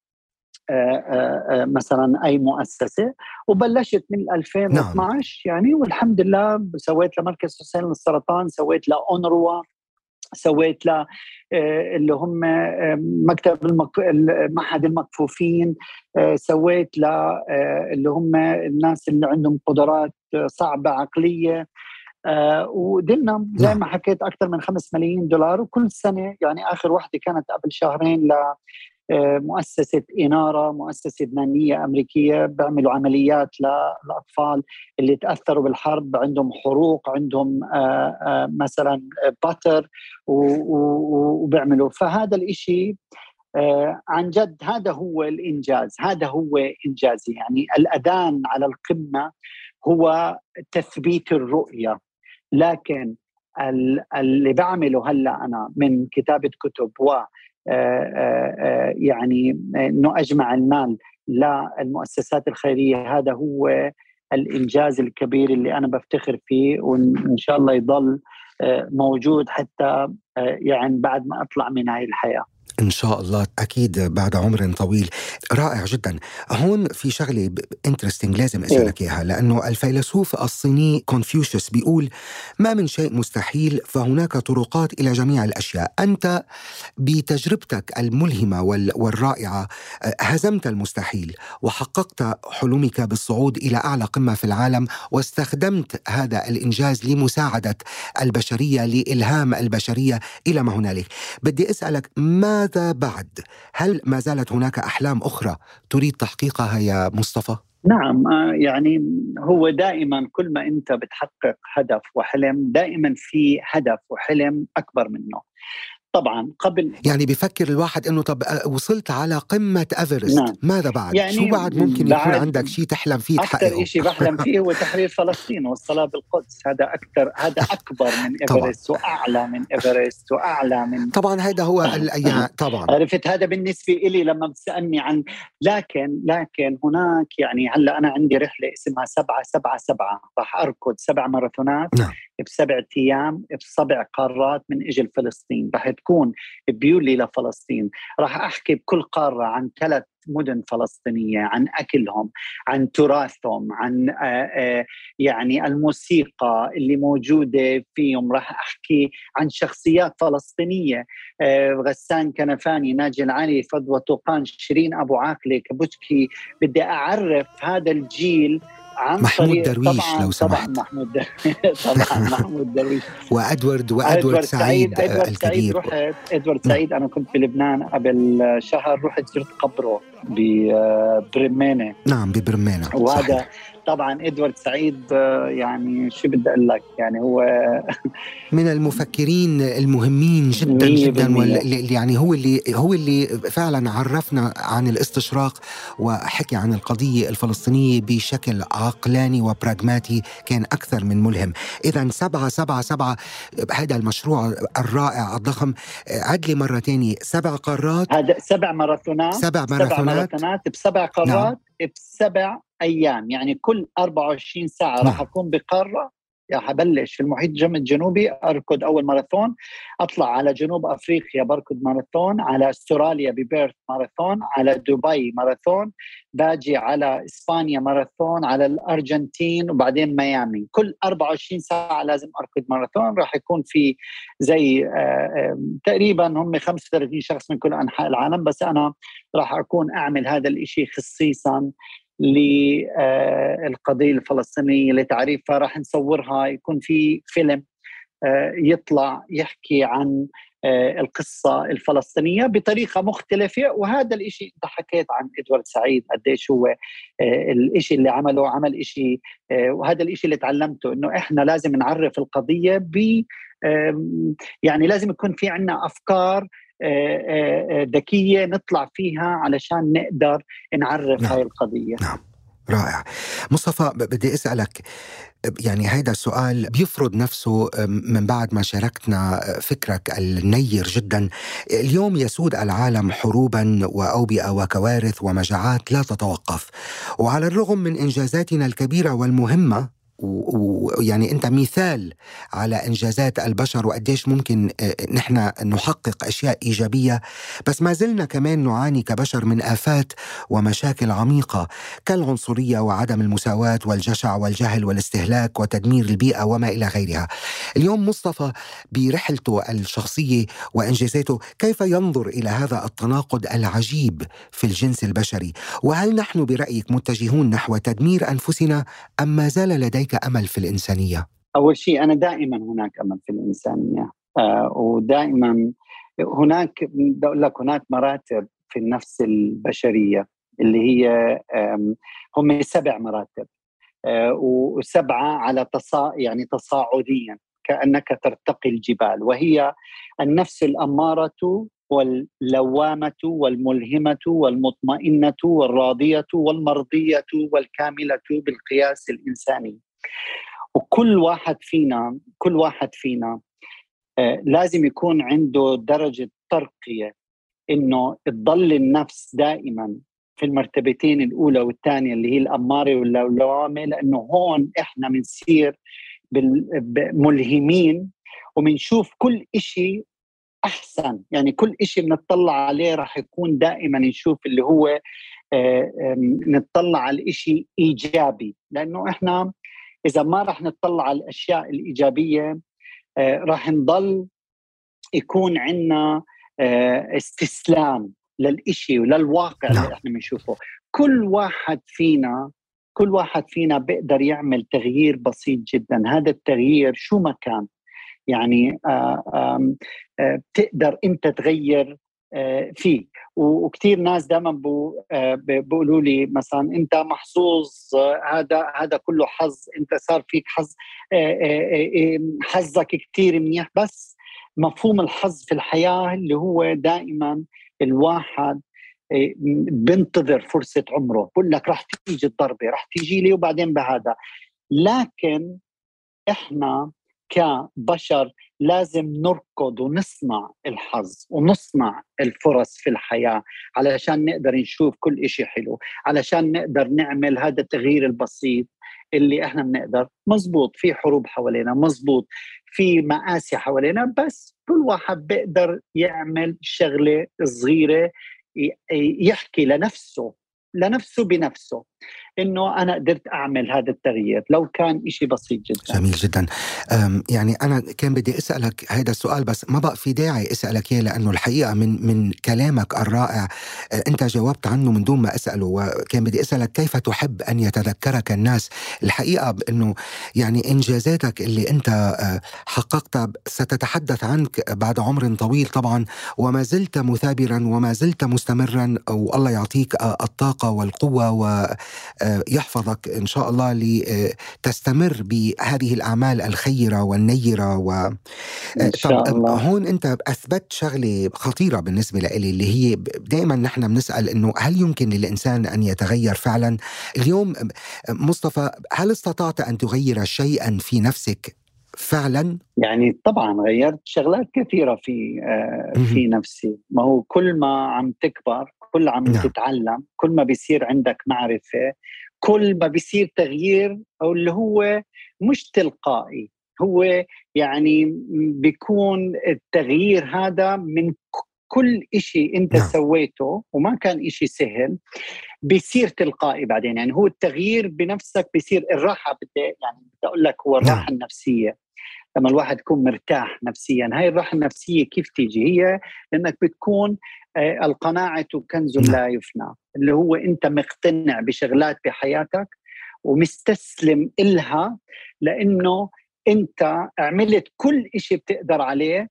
مثلا أي مؤسسة. وبلشت من ألفين واثناشر نعم. يعني والحمد لله سويت لمركز حسين للسرطان، سويت لأونروا، سويت ل اللي هم مكتب المك... معهد المكفوفين، سويت ل اللي هم الناس اللي عندهم قدرات صعبة عقلية. آه ودلنا زي ما حكيت أكثر من خمس ملايين دولار. وكل سنة يعني آخر واحدة كانت قبل شهرين مؤسسة إنارة، مؤسسة بنانية أمريكية، بيعملوا عمليات للأطفال اللي تأثروا بالحرب، عندهم حروق، عندهم مثلا باتر وبيعملوا. فهذا الإشي عن جد هذا هو الإنجاز، هذا هو إنجازي. يعني الأذان على القمة هو تثبيت الرؤية، لكن اللي بعمله هلأ أنا من كتابة كتب و يعني إنه أجمع المال للمؤسسات الخيرية، هذا هو الإنجاز الكبير اللي أنا بفتخر فيه، وإن شاء الله يضل موجود حتى يعني بعد ما أطلع من هاي الحياة إن شاء الله، أكيد بعد عمر طويل. رائع جدا. هون في شغلة انترستينج لازم أسألك إياها، لأنه الفيلسوف الصيني كونفوشيوس بيقول ما من شيء مستحيل فهناك طرقات إلى جميع الأشياء. أنت بتجربتك الملهمة والرائعة هزمت المستحيل وحققت حلمك بالصعود إلى أعلى قمة في العالم، واستخدمت هذا الإنجاز لمساعدة البشرية، لإلهام البشرية إلى ما هنالك. بدي أسألك ما ماذا بعد؟ هل ما زالت هناك أحلام أخرى تريد تحقيقها يا مصطفى؟ نعم، يعني هو دائما كل ما أنت بتحقق هدف وحلم دائما في هدف وحلم أكبر منه. طبعا قبل يعني بيفكر الواحد إنه طب وصلت على قمة إيفرست، نعم. ماذا بعد؟ يعني شو بعد ممكن بعد يكون عندك شيء تحلم فيه تحققه؟ أكثر شيء بحلم فيه هو تحرير فلسطين والصلاة بالقدس. هذا أكثر، هذا أكبر من إيفرست وأعلى من إيفرست وأعلى من طبعا هذا هو الأيام. طبعا عرفت، هذا بالنسبة إلي لما بتسألني عن. لكن لكن هناك يعني هلا أنا عندي رحلة اسمها سبعة سبعة سبعة، راح أركض سبع ماراثونات نعم. بسبع أيام بسبع قارات من أجل فلسطين. راح تكون بيولي لفلسطين، راح أحكي بكل قارة عن ثلاث مدن فلسطينية، عن أكلهم، عن تراثهم، عن آآ آآ يعني الموسيقى اللي موجودة فيهم. راح أحكي عن شخصيات فلسطينية، غسان كنفاني، ناجي العلي، فضوى طوقان، شيرين أبو عاقلة، كبوتكي. بدي أعرف هذا الجيل عن محمود طريق درويش طبعاً لو سمحت. طبعاً محمود طبعا محمود درويش وأدوارد وأدوارد سعيد, سعيد أدوارد الكبير. سعيد رحت أدوارد سعيد أنا كنت في لبنان قبل شهر، رحت زرت قبره ببرمانة. نعم ببرمانة. وهذا صحيح. طبعا أدوارد سعيد يعني شو بدي أقول لك، يعني هو من المفكرين المهمين جدا جدا، واللي يعني هو اللي هو اللي فعلا عرفنا عن الاستشراق وحكي عن القضية الفلسطينية بشكل عقلاني وبراغماتي، كان أكثر من ملهم. إذن سبعة سبعة سبعة هذا المشروع الرائع الضخم. عدلي مرة تانية، سبع قارات، هذا سبع ماراثونات سبع ماراثونات, سبع ماراثونات بسبع قارات. نعم. بسبع أيام، يعني كل أربعة وعشرين ساعة. نعم. راح أكون بقارة، راح أبلش في المحيط الجنوبي أركض أول ماراثون، أطلع على جنوب أفريقيا بركض ماراثون، على أستراليا ببيرث ماراثون، على دبي ماراثون، باجي على إسبانيا ماراثون، على الأرجنتين، وبعدين ميامي. كل أربعة وعشرين ساعة لازم أركض ماراثون. راح يكون في زي تقريبا هم خمسة وثلاثين شخص من كل أنحاء العالم، بس أنا راح أكون أعمل هذا الإشي خصيصاً للقضية الفلسطينية لتعريفها. راح نصورها، يكون في فيلم يطلع يحكي عن القصة الفلسطينية بطريقة مختلفة. وهذا الإشي أنت حكيت عن إدوارد سعيد قديش هو الإشي اللي عمله عمل إشي، وهذا الإشي اللي تعلمته إنه إحنا لازم نعرف القضية ب يعني لازم يكون في عنا أفكار ذكية نطلع فيها علشان نقدر نعرف. نعم. هاي القضية. نعم. رائع. مصطفى بدي أسألك، يعني هذا السؤال بيفرض نفسه من بعد ما شاركتنا فكرك النير جدا. اليوم يسود العالم حروبا وأوبئة وكوارث ومجاعات لا تتوقف، وعلى الرغم من إنجازاتنا الكبيرة والمهمة، ويعني أنت مثال على إنجازات البشر وقديش ممكن نحن نحقق أشياء إيجابية، بس ما زلنا كمان نعاني كبشر من آفات ومشاكل عميقة كالعنصرية وعدم المساواة والجشع والجهل والاستهلاك وتدمير البيئة وما إلى غيرها. اليوم مصطفى برحلته الشخصية وإنجازاته كيف ينظر إلى هذا التناقض العجيب في الجنس البشري؟ وهل نحن برأيك متجهون نحو تدمير أنفسنا أم ما زال لديك أمل في الإنسانية؟ أول شيء أنا دائما هناك أمل في الإنسانية، آه ودائما هناك، بدي أقول لك هناك مراتب في النفس البشرية اللي هي هم سبع مراتب، وسبعة على تصا يعني تصاعديا كأنك ترتقي الجبال، وهي النفس الأمارة واللوامة والملهمة والمطمئنة والراضية والمرضية والكاملة بالقياس الإنساني. وكل واحد فينا كل واحد فينا آه لازم يكون عنده درجة ترقية، إنه تضل النفس دائما في المرتبتين الأولى والثانية اللي هي الأمارة واللوامة، لأنه هون إحنا منصير ملهمين ومنشوف كل إشي أحسن. يعني كل إشي بنطلع عليه رح يكون دائما نشوف اللي هو نطلع على الإشي إيجابي، لأنه إحنا إذا ما رح نطلع على الأشياء الإيجابية رح نضل يكون عنا استسلام للإشي وللواقع نعم. اللي إحنا بنشوفه. كل واحد فينا كل واحد فينا بيقدر يعمل تغيير بسيط جدا. هذا التغيير شو ما كان، يعني بتقدر أنت تغير فيه. وكتير ناس دائما بيقولوا لي مثلا أنت محظوظ، هذا هذا كله حظ، أنت صار فيك حظ، حظك كتير منيح. بس مفهوم الحظ في الحياة اللي هو دائما الواحد بنتظر فرصة عمره، بقول لك رح تيجي الضربة، رح تيجي لي وبعدين بهذا. لكن إحنا كبشر لازم نركض ونصنع الحظ ونصنع الفرص في الحياة علشان نقدر نشوف كل إشي حلو، علشان نقدر نعمل هذا التغيير البسيط اللي إحنا بنقدر. مزبوط في حروب حوالينا، مزبوط في مآسي حوالينا، بس كل واحد بيقدر يعمل شغلة صغيرة يحكي لنفسه لنفسه بنفسه إنه أنا قدرت أعمل هذا التغيير لو كان إشي بسيط جدا. جميل جدا. يعني أنا كان بدي أسألك هذا السؤال بس ما بقى في داعي أسألك إياه، لأنه الحقيقة من من كلامك الرائع أنت جاوبت عنه من دون ما أسأله. وكان بدي أسألك كيف تحب أن يتذكرك الناس. الحقيقة أنه يعني إنجازاتك اللي أنت حققتها ستتحدث عنك بعد عمر طويل طبعا، وما زلت مثابرا وما زلت مستمرا، والله يعطيك الطاقة والقوة و يحفظك إن شاء الله لتستمر بهذه الأعمال الخيرة والنيرة و... طب الله. هون أنت أثبت شغلة خطيرة بالنسبة لي، اللي هي دائما نحن بنسأل إنه هل يمكن للإنسان أن يتغير فعلا؟ اليوم مصطفى، هل استطعت أن تغير شيئا في نفسك فعلا؟ يعني طبعا غيرت شغلات كثيرة في آه في نفسي. ما هو كل ما عم تكبر، كل عم نعم. تتعلم، كل ما بيصير عندك معرفة، كل ما بيصير تغيير، أو اللي هو مش تلقائي، هو يعني بيكون التغيير هذا من كل إشي أنت نعم. سويته وما كان إشي سهل، بيصير تلقائي بعدين. يعني هو التغيير بنفسك بيصير الراحة. بدي يعني بدي أقول لك هو الراحة نعم. النفسية، لما الواحد يكون مرتاح نفسيا، هاي الراحة النفسية كيف تيجي؟ هي لأنك بتكون آه القناعة كنز لا يفنى، اللي هو أنت مقتنع بشغلات بحياتك ومستسلم إلها، لأنه أنت عملت كل إشي بتقدر عليه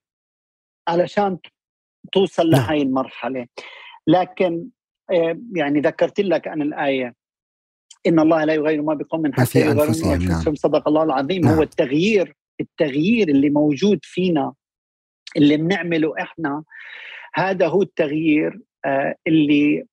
علشان توصل لهاي المرحلة. لكن آه يعني ذكرت لك عن الآية إن الله لا يغير ما بقوم حتى يغيروا ما بأنفسهم. صدق الله العظيم. نعم. هو التغيير التغيير اللي موجود فينا اللي بنعمله إحنا، هذا هو التغيير آه اللي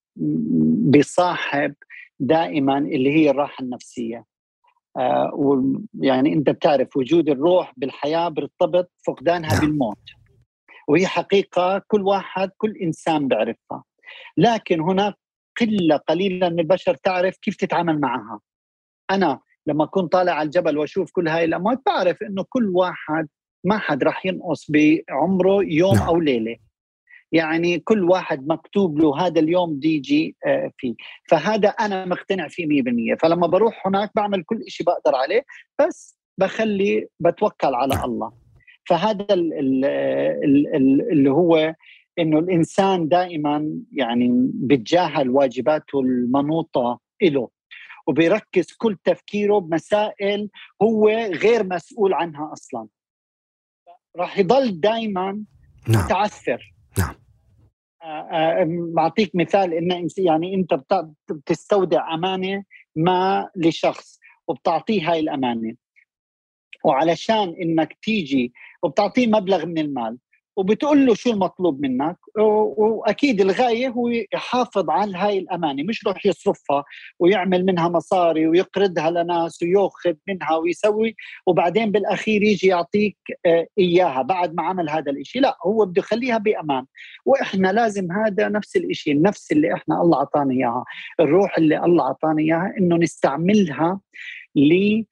بيصاحب دائما اللي هي الراحة النفسية. آه ويعني أنت بتعرف وجود الروح بالحياة بيرتبط فقدانها نعم. بالموت، وهي حقيقة كل واحد كل إنسان بيعرفها، لكن هناك قلة قليلة من البشر تعرف كيف تتعامل معها. أنا لما كنت طالع على الجبل وأشوف كل هاي الأموات بعرف إنه كل واحد ما حد رح ينقص بعمره يوم نعم. أو ليلة. يعني كل واحد مكتوب له هذا اليوم دي يجي آه فيه، فهذا أنا مقتنع فيه مية بالمية. فلما بروح هناك بعمل كل إشي بقدر عليه، بس بخلي بتوكل على نعم. الله. فهذا ال ال ال ال اللي هو إنه الإنسان دائما يعني بيتجاهل واجباته المنوطة إله، وبيركز كل تفكيره بمسائل هو غير مسؤول عنها أصلاً، راح يضل دائماً نعم. متعثر. نعم. بعطيك مثال، إن يعني أنت بتستودع أمانة ما لشخص وبتعطيه هاي الأمانة، وعلشان إنك تيجي وبتعطيه مبلغ من المال وبتقول له شو المطلوب منك، وأكيد الغاية هو يحافظ على هاي الأمانة، مش روح يصرفها ويعمل منها مصاري ويقرضها لناس ويأخذ منها ويسوي، وبعدين بالأخير يجي يعطيك إياها بعد ما عمل هذا الإشي. لا، هو بده يخليها بأمان. وإحنا لازم هذا نفس الإشي، النفس اللي إحنا الله عطانا إياها، الروح اللي الله عطانا إياها، إنه نستعملها ل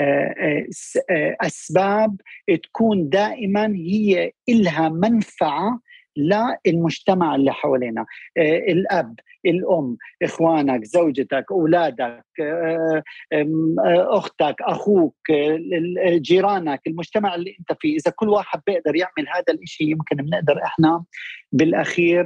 أسباب تكون دائما هي إلها منفعة للمجتمع اللي حوالينا. الأب، الأم، إخوانك، زوجتك، أولادك، أختك، أخوك، جيرانك، المجتمع اللي أنت فيه، إذا كل واحد بيقدر يعمل هذا الإشي يمكن بنقدر إحنا بالأخير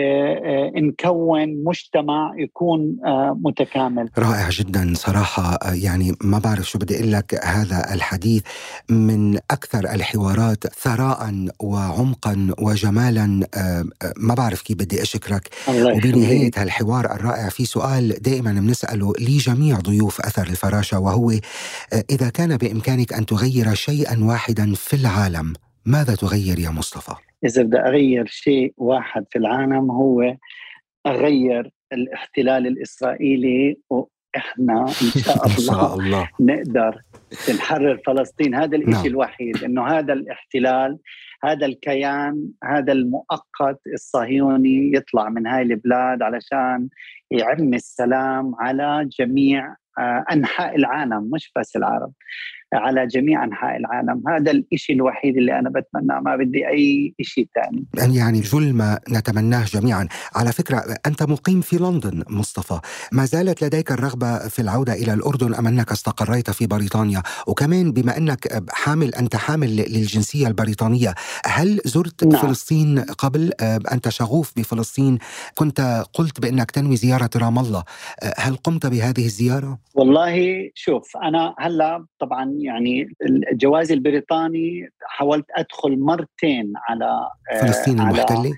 نكون مجتمع يكون متكامل. رائع جدا صراحة. يعني ما بعرف شو بدي أقول لك، هذا الحديث من أكثر الحوارات ثراء وعمقا وجمالا. ما بعرف كيف بدي أشكرك. وبنهاية هالحوار الرائع في سؤال دائما بنسأله لجميع ضيوف أثر الفراشة، وهو إذا كان بإمكانك أن تغير شيئا واحدا في العالم، ماذا تغير يا مصطفى؟ إذا بدي أغير شيء واحد في العالم هو أغير الاحتلال الإسرائيلي، وإحنا إن شاء الله, شاء الله نقدر نحرر فلسطين. هذا الإشي نعم. الوحيد، إنه هذا الاحتلال، هذا الكيان، هذا المؤقت الصهيوني يطلع من هاي البلاد علشان يعم السلام على جميع أنحاء العالم، مش بس العرب، على جميع أنحاء العالم. هذا الإشي الوحيد اللي أنا بتمناه، ما بدي أي إشي تاني. يعني جل ما نتمناه جميعا. على فكرة أنت مقيم في لندن مصطفى، ما زالت لديك الرغبة في العودة إلى الأردن أم أنك استقريت في بريطانيا؟ وكمان بما أنك حامل، أنت حامل للجنسية البريطانية، هل زرت نعم. فلسطين قبل؟ أنت شغوف بفلسطين، كنت قلت بأنك تنوي زيارة رام الله، هل قمت بهذه الزيارة؟ والله شوف، أنا هلأ طبعا يعني الجواز البريطاني حاولت أدخل مرتين على فلسطين المحتلة،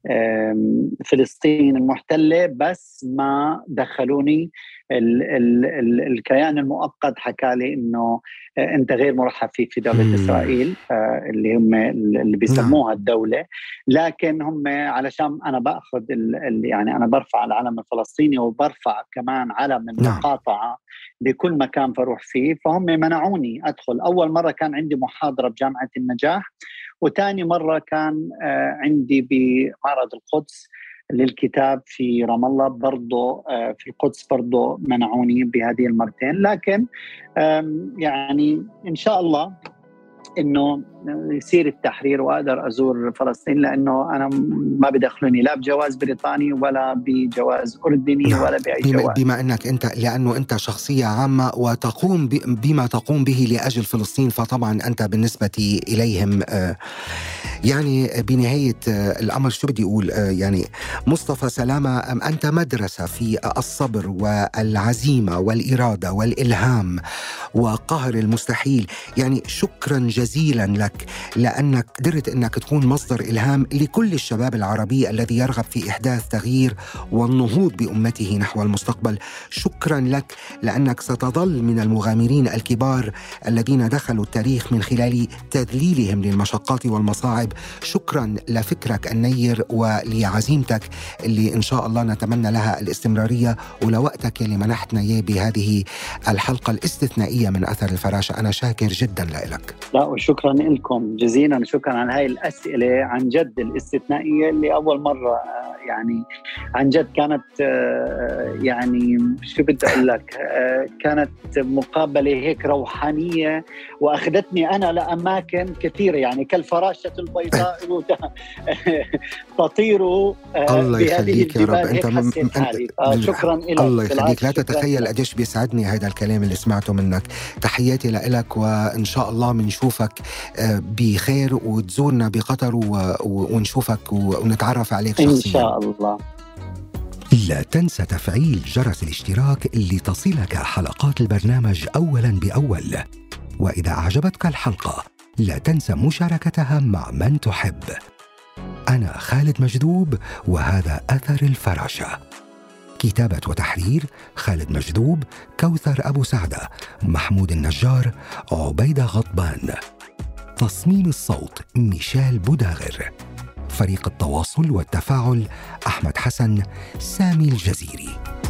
فلسطين المحتلة، بس ما دخلوني. ال ال ال الكيان المؤقت حكى لي إنه أنت غير مرحب فيك في دولة مم. إسرائيل، اللي هم اللي بيسموها الدولة. لكن هم علشان أنا بأخذ يعني أنا برفع العلم الفلسطيني وبرفع كمان علم المقاطعة بكل مكان بروح فيه، فهم منعوني أدخل. أول مرة كان عندي محاضرة بجامعة النجاح، وتاني مرة كان عندي بمعرض القدس للكتاب في رام الله، برضو في القدس برضو منعوني بهذه المرتين. لكن يعني إن شاء الله إنه يصير التحرير وأقدر أزور فلسطين، لأنه أنا ما بدخلني لا بجواز بريطاني ولا بجواز أردني نعم. ولا بأي بما, جواز. بما أنك أنت، لأنه أنت شخصية عامة وتقوم بما تقوم به لأجل فلسطين، فطبعا أنت بالنسبة إليهم يعني بنهاية الأمر شو بدي أقول، يعني مصطفى سلامة، أنت مدرسة في الصبر والعزيمة والإرادة والإلهام وقهر المستحيل. يعني شكرا جزيلا لك لأنك قدرت أنك تكون مصدر إلهام لكل الشباب العربي الذي يرغب في إحداث تغيير والنهوض بأمته نحو المستقبل. شكرا لك لأنك ستظل من المغامرين الكبار الذين دخلوا التاريخ من خلال تذليلهم للمشقات والمصاعب. شكرا لفكرك النير ولعزيمتك اللي إن شاء الله نتمنى لها الاستمرارية، ولوقتك اللي منحتنا إياه بهذه الحلقة الاستثنائية من أثر الفراشة. أنا شاكر جدا لك. لا، وشكرا لكم جزيلا، شكرا على هاي الأسئلة عن جد الاستثنائية اللي أول مرة يعني عن جد كانت يعني شو بدي أقول لك، كانت مقابلة هيك روحانية وأخذتني أنا لأماكن كثيرة، يعني كالفراشة البيضاء تطير الله يخليك يا رب. أنت, م... أنت شكرا لك. الله يخليك. لا تتخيل قديش بيسعدني هذا الكلام اللي سمعته منك. تحياتي لك، وإن شاء الله منشوفك بخير وتزورنا بقطر ونشوفك ونتعرف عليك شخصيا إن شاء الله. لا تنسى تفعيل جرس الاشتراك لتصلك حلقات البرنامج أولا بأول. وإذا أعجبتك الحلقة لا تنسى مشاركتها مع من تحب. أنا خالد مجذوب وهذا أثر الفراشة. كتابة وتحرير خالد مجذوب، كوثر أبو سعدة، محمود النجار، عبيدة غضبان. تصميم الصوت ميشيل بوداغر. فريق التواصل والتفاعل أحمد حسن، سامي الجزيري.